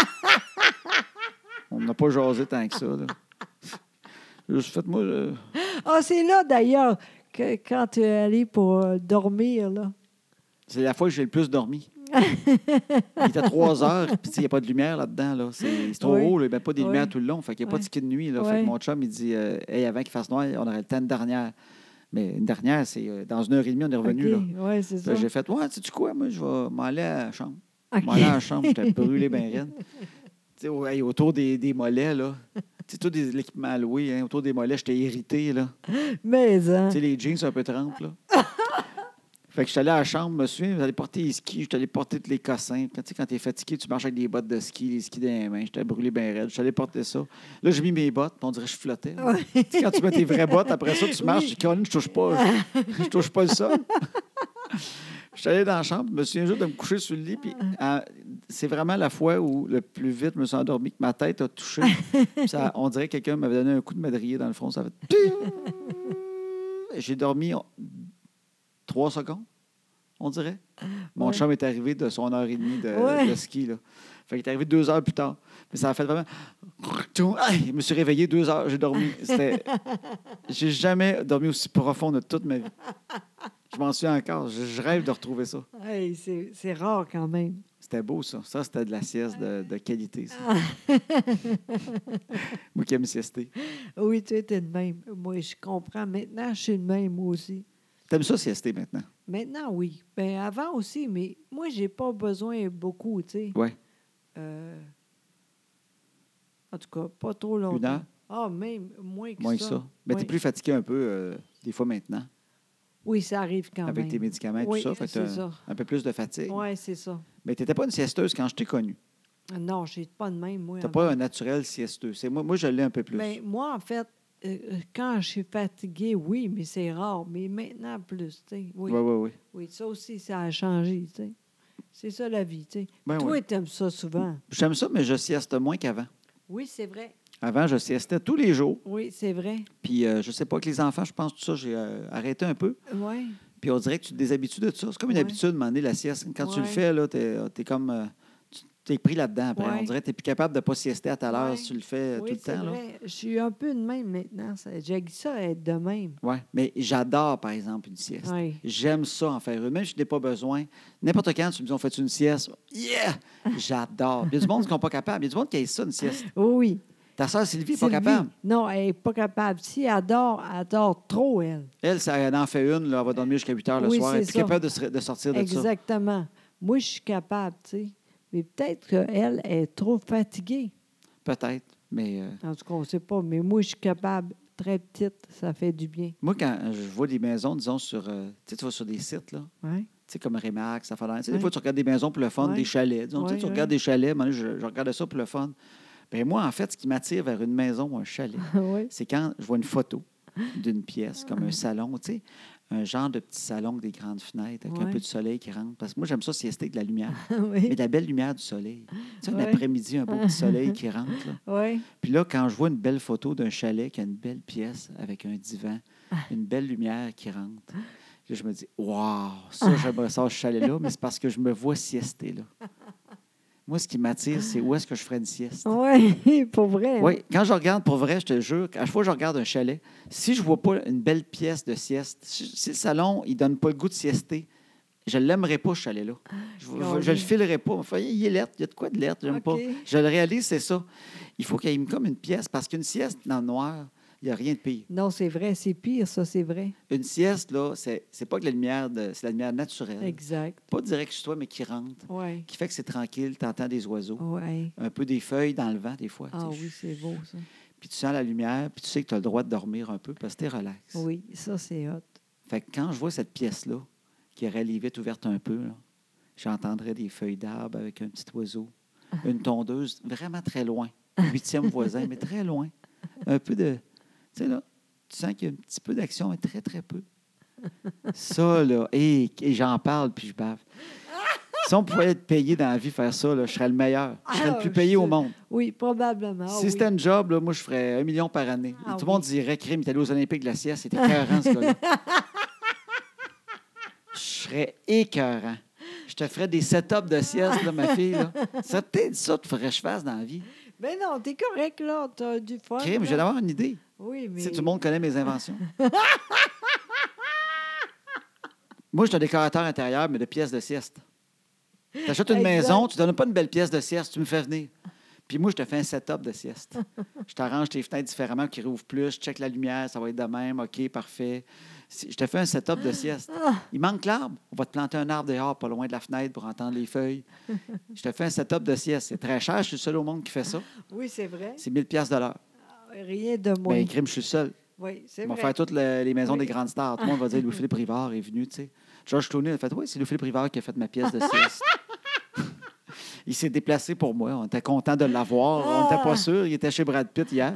On n'a pas jasé tant que ça. Là. Juste fait, moi, je- Ah, c'est là, d'ailleurs, que quand tu es allé pour euh, dormir, là. c'est la fois que j'ai le plus dormi. Il était trois heures, puis il n'y a pas de lumière là-dedans. Là. C'est, c'est trop Oui. haut, là, il n'y a pas des Oui. lumières tout le long. Fait qu'il n'y a pas de Oui. ski de nuit. Là. Fait Oui. que mon chum, il dit euh, hey, avant qu'il fasse noir, on aurait le temps une dernière. Mais une dernière, c'est euh, dans une heure et demie, on est revenu. OK, oui, c'est Là. ça. Là, j'ai fait ouais, sais-tu quoi, moi, je vais m'aller à la chambre. OK. Je vais aller à la chambre, j'étais brûlé bien raide. Tu sais, au- hey, autour des, des mollets, là. Tu sais, tout des, l'équipement à louer, hein, autour des mollets, j'étais irrité, là. Mais, hein? Tu sais, les jeans un peu trempes, là. Fait que je suis allé à la chambre, je me souviens, j'allais porter les skis, je suis allé porter tous les cossins. Puis, tu sais, quand t'es fatigué, tu marches avec des bottes de ski, les skis dans les mains. J'étais brûlé bien raide. Je suis allé porter ça. Là, j'ai mis mes bottes, puis on dirait que je flottais. là. Ouais. Tu sais, quand tu mets tes vraies bottes, après ça, tu marches, Oui. tu dis, Colin, je touche pas. Je, je touche pas le sol. Je suis allé dans la chambre, je me souviens juste de me coucher sur le lit, puis à- c'est vraiment la fois où le plus vite je me suis endormi, que ma tête a touché. Puis ça, on dirait que quelqu'un m'avait donné un coup de madrier dans le front. Ça fait... J'ai dormi on- trois secondes, on dirait. Mon Ouais. chum est arrivé de son heure et demie de, Ouais. de ski. Là. Fait qu'il est arrivé deux heures plus tard. Mais ça a fait vraiment... Aïe, je me suis réveillé deux heures, j'ai dormi. C'était... J'ai jamais dormi aussi profond de toute ma vie. Je m'en souviens encore. Je, je rêve de retrouver ça. Hey, c'est, c'est rare quand même. C'était beau, ça. Ça, c'était de la sieste de, de qualité, ça. Moi qui aime siester. Oui, tu étais de même. Moi, je comprends. Maintenant, je suis de même, moi aussi. T'aimes ça, siester, maintenant? Maintenant, oui. Bien, avant aussi, mais moi, j'ai pas besoin beaucoup, tu sais. Oui. Euh, en tout cas, pas trop longtemps. Une heure? Ah, même moins que Moins ça. que ça. Mais Oui. t'es plus fatigué un peu, euh, des fois, maintenant, Oui, ça arrive quand avec même. tes médicaments et Oui, tout ça. Fait que c'est t'as ça. un peu plus de fatigue. Oui, c'est ça. Mais t'étais pas une siesteuse quand je t'ai connue. Non, je pas de même, moi. T'as avant. pas un naturel siesteux. C'est moi, moi, je l'ai un peu plus. Ben, moi, en fait, euh, quand je suis fatiguée, oui, mais c'est rare. Mais maintenant, plus, tu sais. Oui, Oui, oui, oui. oui, ça aussi, ça a changé, tu sais. C'est ça, la vie, tu sais. Ben Toi, oui. t'aimes ça souvent. J'aime ça, mais je sieste moins qu'avant. Oui, c'est vrai. Avant, je siestais tous les jours. Oui, c'est vrai. Puis, euh, je sais pas, que les enfants, je pense, tout ça, j'ai euh, arrêté un peu. Oui. Puis, on dirait que tu te déshabitues de ça. C'est comme une Ouais. habitude, à un moment donné, la sieste. Quand tu le Ouais. fais, là, t'es, es comme... euh, tu t'es pris là-dedans après. Ouais. On dirait que t'es plus capable de ne pas siester à ta l'heure Ouais. si tu le fais euh, Oui, tout le c'est temps. Là. vrai. Je suis un peu de même maintenant. Ça- J'ai ça être de même. Oui, mais j'adore, par exemple, une sieste. Oui. J'aime ça en faire une. Même si je n'ai pas besoin. N'importe quand, tu me dis, on fait une sieste. Yeah! J'adore. Il y a du monde qui n'est pas capable. Il y a du monde qui a ça, une sieste. Oui. Ta soeur Sylvie n'est pas Sylvie, capable. non, elle n'est pas capable. Si elle adore, elle adore trop, elle. Elle, ça, elle en fait une, là, elle va dormir jusqu'à huit heures le Oui, soir. Elle est c'est plus ça. capable de, se- de sortir de ça. Exactement. Moi, je suis capable, tu sais. Mais peut-être qu'elle est trop fatiguée. Peut-être. Mais euh, En tout cas, on ne sait pas. Mais moi, je suis capable. Très petite, ça fait du bien. moi, quand je vois des maisons, disons, sur. euh, tu sais, tu vas sur des sites, là. Oui. Tu sais, comme Remax, ça fait l'air. Tu sais, Ouais. Des fois, tu regardes des maisons pour le fun, Ouais. des chalets. Disons, tu sais, Ouais, tu ouais. regardes des chalets. Moi, je, je regardais ça pour le fun. Bien, moi, en fait, ce qui m'attire vers une maison ou un chalet, oui. c'est quand je vois une photo d'une pièce, comme un salon, tu sais, un genre de petit salon avec des grandes fenêtres, avec un Ouais. peu de soleil qui rentre. Parce que moi, j'aime ça siester avec de la lumière. Mais oui. de la belle lumière du soleil. Tu sais, un Ouais. après-midi, un beau petit soleil qui rentre, là. Oui. Puis là, quand je vois une belle photo d'un chalet qui a une belle pièce avec un divan, une belle lumière qui rentre, là, je me dis, waouh, ça, j'aimerais ça, ce chalet-là, mais c'est parce que je me vois siester là. Moi, ce qui m'attire, c'est où est-ce que je ferais une sieste. Oui, pour vrai. hein? Oui, quand je regarde, pour vrai, je te jure, à chaque fois que je regarde un chalet, si je vois pas une belle pièce de sieste, si, si le salon, il donne pas le goût de siester, je ne l'aimerais pas, ce chalet-là. Je ne le filerais pas. Enfin, il est lettre, il y a de quoi de lettre, j'aime OK. pas. Je le réalise, c'est ça. Il faut qu'il y ait comme une pièce, parce qu'une sieste dans le noir, il n'y a rien de pire. Non, c'est vrai, c'est pire, ça, c'est vrai. Une sieste, là, c'est, c'est pas que la lumière, de, c'est la lumière naturelle. Exact. Pas direct sur toi, mais qui rentre, Oui. qui fait que c'est tranquille, tu entends des oiseaux, Oui. un peu des feuilles dans le vent, des fois. Ah tu sais. oui, c'est beau, ça. Puis tu sens la lumière, puis tu sais que tu as le droit de dormir un peu parce que tu es relax. Oui, ça, c'est hot. Fait que quand je vois cette pièce-là, qui aurait les vitres ouvertes un peu, là, j'entendrais des feuilles d'arbre avec un petit oiseau, une tondeuse vraiment très loin, huitième voisin, mais très loin. Un peu de... Tu sais, là, tu sens qu'il y a un petit peu d'action, mais très, très peu. Ça, là, et, et j'en parle, puis je bave. Si on pouvait être payé dans la vie faire ça, là, je serais le meilleur. Je serais Ah, le plus payé je- au monde. Oui, probablement. Si oui. c'était un job, là, moi, je ferais un million par année. Ah, Tout le monde oui. dirait, crime, il est allé aux Olympiques de la sieste, c'était écœurant, ce gars-là. Je serais écœurant. Je te ferais des setups de sieste, là, ma fille. Là. Ça, peut-être ça, tu ferais que je fasse dans la vie. Ben non, t'es correct, là. T'as du fun. Crime, je viens là. d'avoir une idée. Oui, mais... Tu sais, tout le monde connaît mes inventions. Moi, je suis un décorateur intérieur, mais de pièces de sieste. Tu achètes une Exact. maison, tu ne donnes pas une belle pièce de sieste, tu me fais venir. Puis moi, je te fais un setup de sieste. Je t'arrange tes fenêtres différemment, qui rouvrent plus, je check la lumière, ça va être de même, OK, parfait. Si- Je te fais un setup de sieste. Il manque l'arbre, on va te planter un arbre dehors, pas loin de la fenêtre pour entendre les feuilles. Je te fais un setup de sieste. C'est très cher, je suis le seul au monde qui fait ça. Oui, c'est vrai. C'est mille pièces de l'heure. Rien de moins. Bien, crime, je suis le seul. Oui, c'est On va vrai. faire toutes le- les maisons Oui. des grandes stars. Tout le monde va dire Louis-Philippe Rivard est venu, tu sais. Georges Clooney a fait oui, c'est Louis-Philippe Rivard qui a fait ma pièce de sieste. Il s'est déplacé pour moi. On était content de l'avoir. On n'était pas sûr. Il était chez Brad Pitt hier.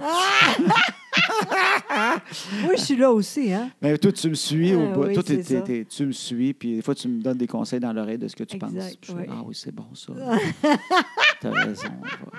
Oui, je suis là aussi, hein? Mais toi, tu me suis au Ah, bout. oui, Toi, c'est t'es- t'es- ça. t'es- tu me suis, puis des fois, tu me donnes des conseils dans l'oreille de ce que tu Exact, penses. Puis je fais, oui. ah oui, c'est bon, ça. T'as raison. on va-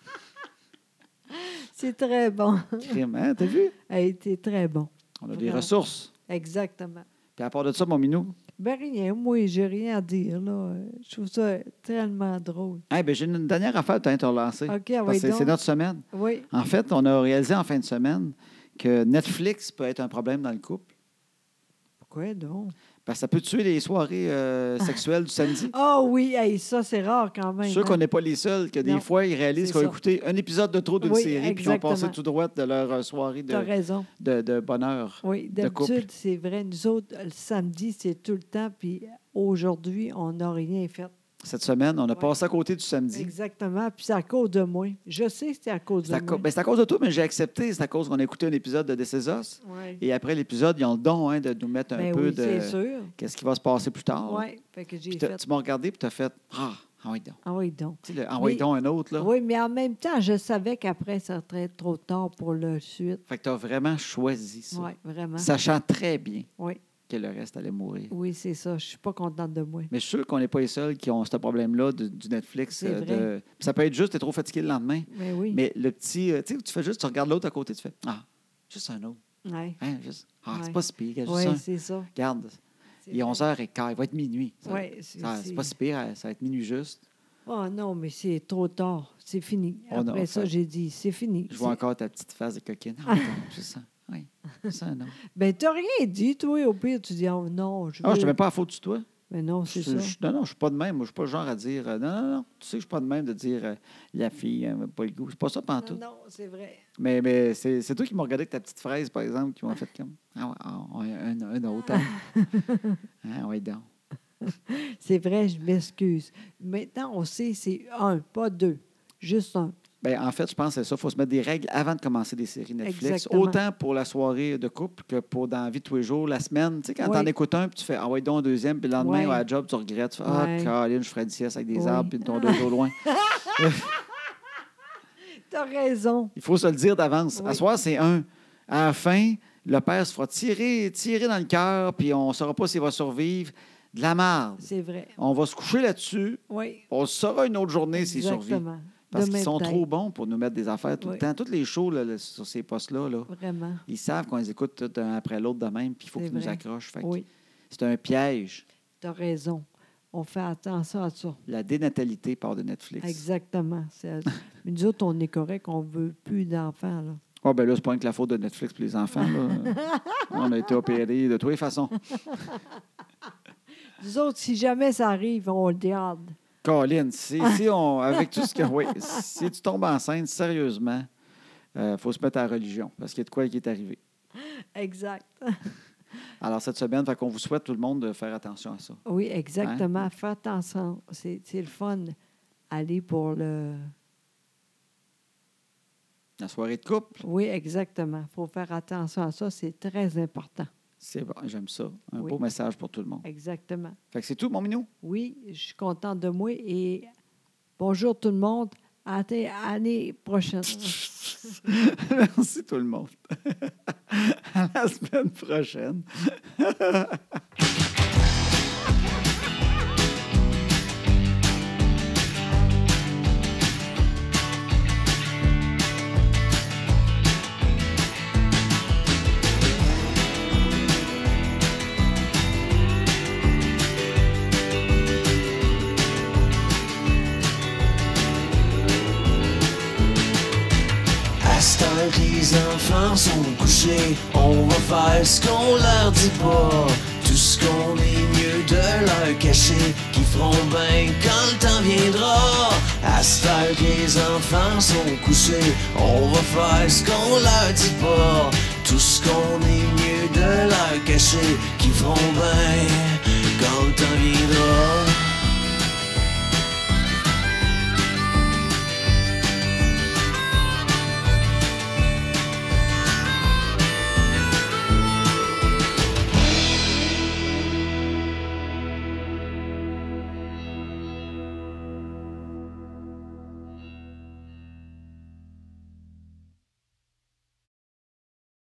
C'est très bon. Crime, hein? T'as vu? Hey, t'es très bon. On a des Vraiment. ressources. Exactement. Puis à part de ça, mon minou, Ben rien, moi, j'ai rien à dire, là. Je trouve ça tellement drôle. hey, ben, j'ai une dernière affaire à te relancer. OK, ah Parce oui, que c'est c'est donc. notre semaine. Oui. En fait, on a réalisé en fin de semaine que Netflix peut être un problème dans le couple. Pourquoi donc? Parce que ça peut tuer les soirées euh, sexuelles du samedi. Ah oui, hey, ça, c'est rare quand Je même. suis sûr hein? qu'on n'est pas les seuls, que des Non, fois, ils réalisent c'est qu'ils ont ça. écouté un épisode de trop d'une Oui, série puis ils ont passé exactement. tout droit de leur euh, soirée T'as de, raison. de, de bonheur. Oui, de couple. d'habitude, c'est vrai. Nous autres, le samedi, c'est tout le temps. Puis aujourd'hui, on n'a rien fait. Cette semaine, on a Ouais. passé à côté du samedi. Exactement. Puis c'est à cause de moi. Je sais que c'est à cause C'est à, de co- moi. ben, c'est à cause de toi, mais j'ai accepté. C'est à cause qu'on a écouté un épisode de This Is Us. Oui. Et après l'épisode, ils ont le don hein, de nous mettre un Ben peu oui, de c'est sûr. qu'est-ce qui va se passer plus tard. Oui, fait que j'ai Puis t'as- fait. tu m'as regardé et tu as fait Ah, ah oui, donc. Ah oui, donc. Tu sais, le, ah oui, Mais- donc un autre. Là. Oui, mais en même temps, je savais qu'après, ça serait trop tard pour le suite. Fait que tu as vraiment choisi ça. Oui, vraiment. Sachant très bien Oui, que le reste allait mourir. oui, c'est ça. Je suis pas contente de moi. Mais je suis sûr qu'on n'est pas les seuls qui ont ce problème-là de- du Netflix. C'est euh, vrai. de- Puis ça peut être juste, tu es trop fatigué le lendemain. Mais oui. Mais le petit, euh, tu sais, tu fais juste, tu regardes l'autre à côté, tu fais Ah, juste un autre. Oui, Hein, juste, ah, Ouais. c'est pas si pire. Juste ouais, un. c'est ça. Regarde, C'est il est vrai. onze heures quinze, il va être minuit. Ça- Oui, c'est ça- C'est pas si pire, euh, ça va être minuit juste. Oh non, mais c'est trop tard. C'est fini. Oh non, Après ça, fait- j'ai dit, c'est fini. Je vois C'est- encore ta petite face de coquine. Ah, attends, juste ça. Oui, juste un autre. Ben, t'as rien dit, toi. Au pire, tu dis, oh non, je veux... Ah, je te mets pas à faute de toi. Mais non, Je- c'est ça. je- non, non, je suis pas de même. Moi, je suis pas le genre à dire euh, non, non, non. Tu sais que je suis pas de même de dire euh, la fille n'a pas le goût. C'est pas ça Non, pantoute. non, c'est vrai. Mais, mais c'est, c'est toi qui m'as regardé avec ta petite fraise, par exemple, qui m'a fait comme Ah, ouais, ah, ouais, un, un autre. Hein? Ah, ouais, donc. C'est vrai, je m'excuse. Maintenant, on sait, c'est un, pas deux. Juste un. Ben, en fait, je pense que c'est ça. Il faut se mettre des règles avant de commencer des séries Netflix. Exactement. Autant pour la soirée de couple que pour dans la vie de tous les jours, la semaine. Tu sais, quand Oui. t'en écoutes un, puis tu fais Ah ouais, donc un deuxième, puis le lendemain, Ouais. à la job, tu regrettes. Tu fais Ah, Ouais. Caroline, je ferais une sieste avec des Oui. arbres, puis une tondeuse au loin. T'as raison. Il faut se le dire d'avance. Oui. À soir, c'est un. À la fin, le père se fera tirer, tirer dans le cœur, puis on ne saura pas s'il va survivre. De la marde. C'est vrai. On va se coucher là-dessus. Oui. On le saura une autre journée s'il survit. Exactement. Parce Demain qu'ils sont peut-être. trop bons pour nous mettre des affaires tout Oui. le temps. Tous les shows là, là, sur ces postes-là, là, Vraiment. ils savent qu'on les écoute tout un après l'autre de même, puis il faut C'est qu'ils nous vrai. accrochent. Fait que Oui. c'est un piège. T'as raison. on fait attention à ça. La dénatalité part de Netflix. Exactement. C'est, mais nous autres, on est correct, on ne veut plus d'enfants. Là. Ah, ben là, c'est pas rien que la faute de Netflix pour les enfants. Là. On a été opérés de toutes les façons. Nous autres, si jamais ça arrive, on le garde. Colin, si, si on, avec tout ce que. Oui, si tu tombes enceinte, sérieusement, il euh, faut se mettre à la religion parce qu'il y a de quoi qui est arrivé. Exact. Alors, cette semaine, fait qu'on vous souhaite tout le monde de faire attention à ça. Oui, exactement. Hein? Faites attention. C'est, c'est le fun. Aller pour le. La soirée de couple. Oui, exactement. Il faut faire attention à ça. C'est très important. C'est bon, j'aime ça. Un Oui. beau message pour tout le monde. Exactement. Fait que c'est tout, mon minou? Oui, je suis contente de moi et bonjour tout le monde. À l'année prochaine. Merci tout le monde. À la semaine prochaine. que les enfants sont couchés, on va faire ce qu'on leur dit pas. Tout ce qu'on est mieux de leur cacher, qui feront bien quand le temps viendra. À cette heure que les enfants sont couchés, on va faire ce qu'on leur dit pas. Tout ce qu'on est mieux de leur cacher, qui feront bien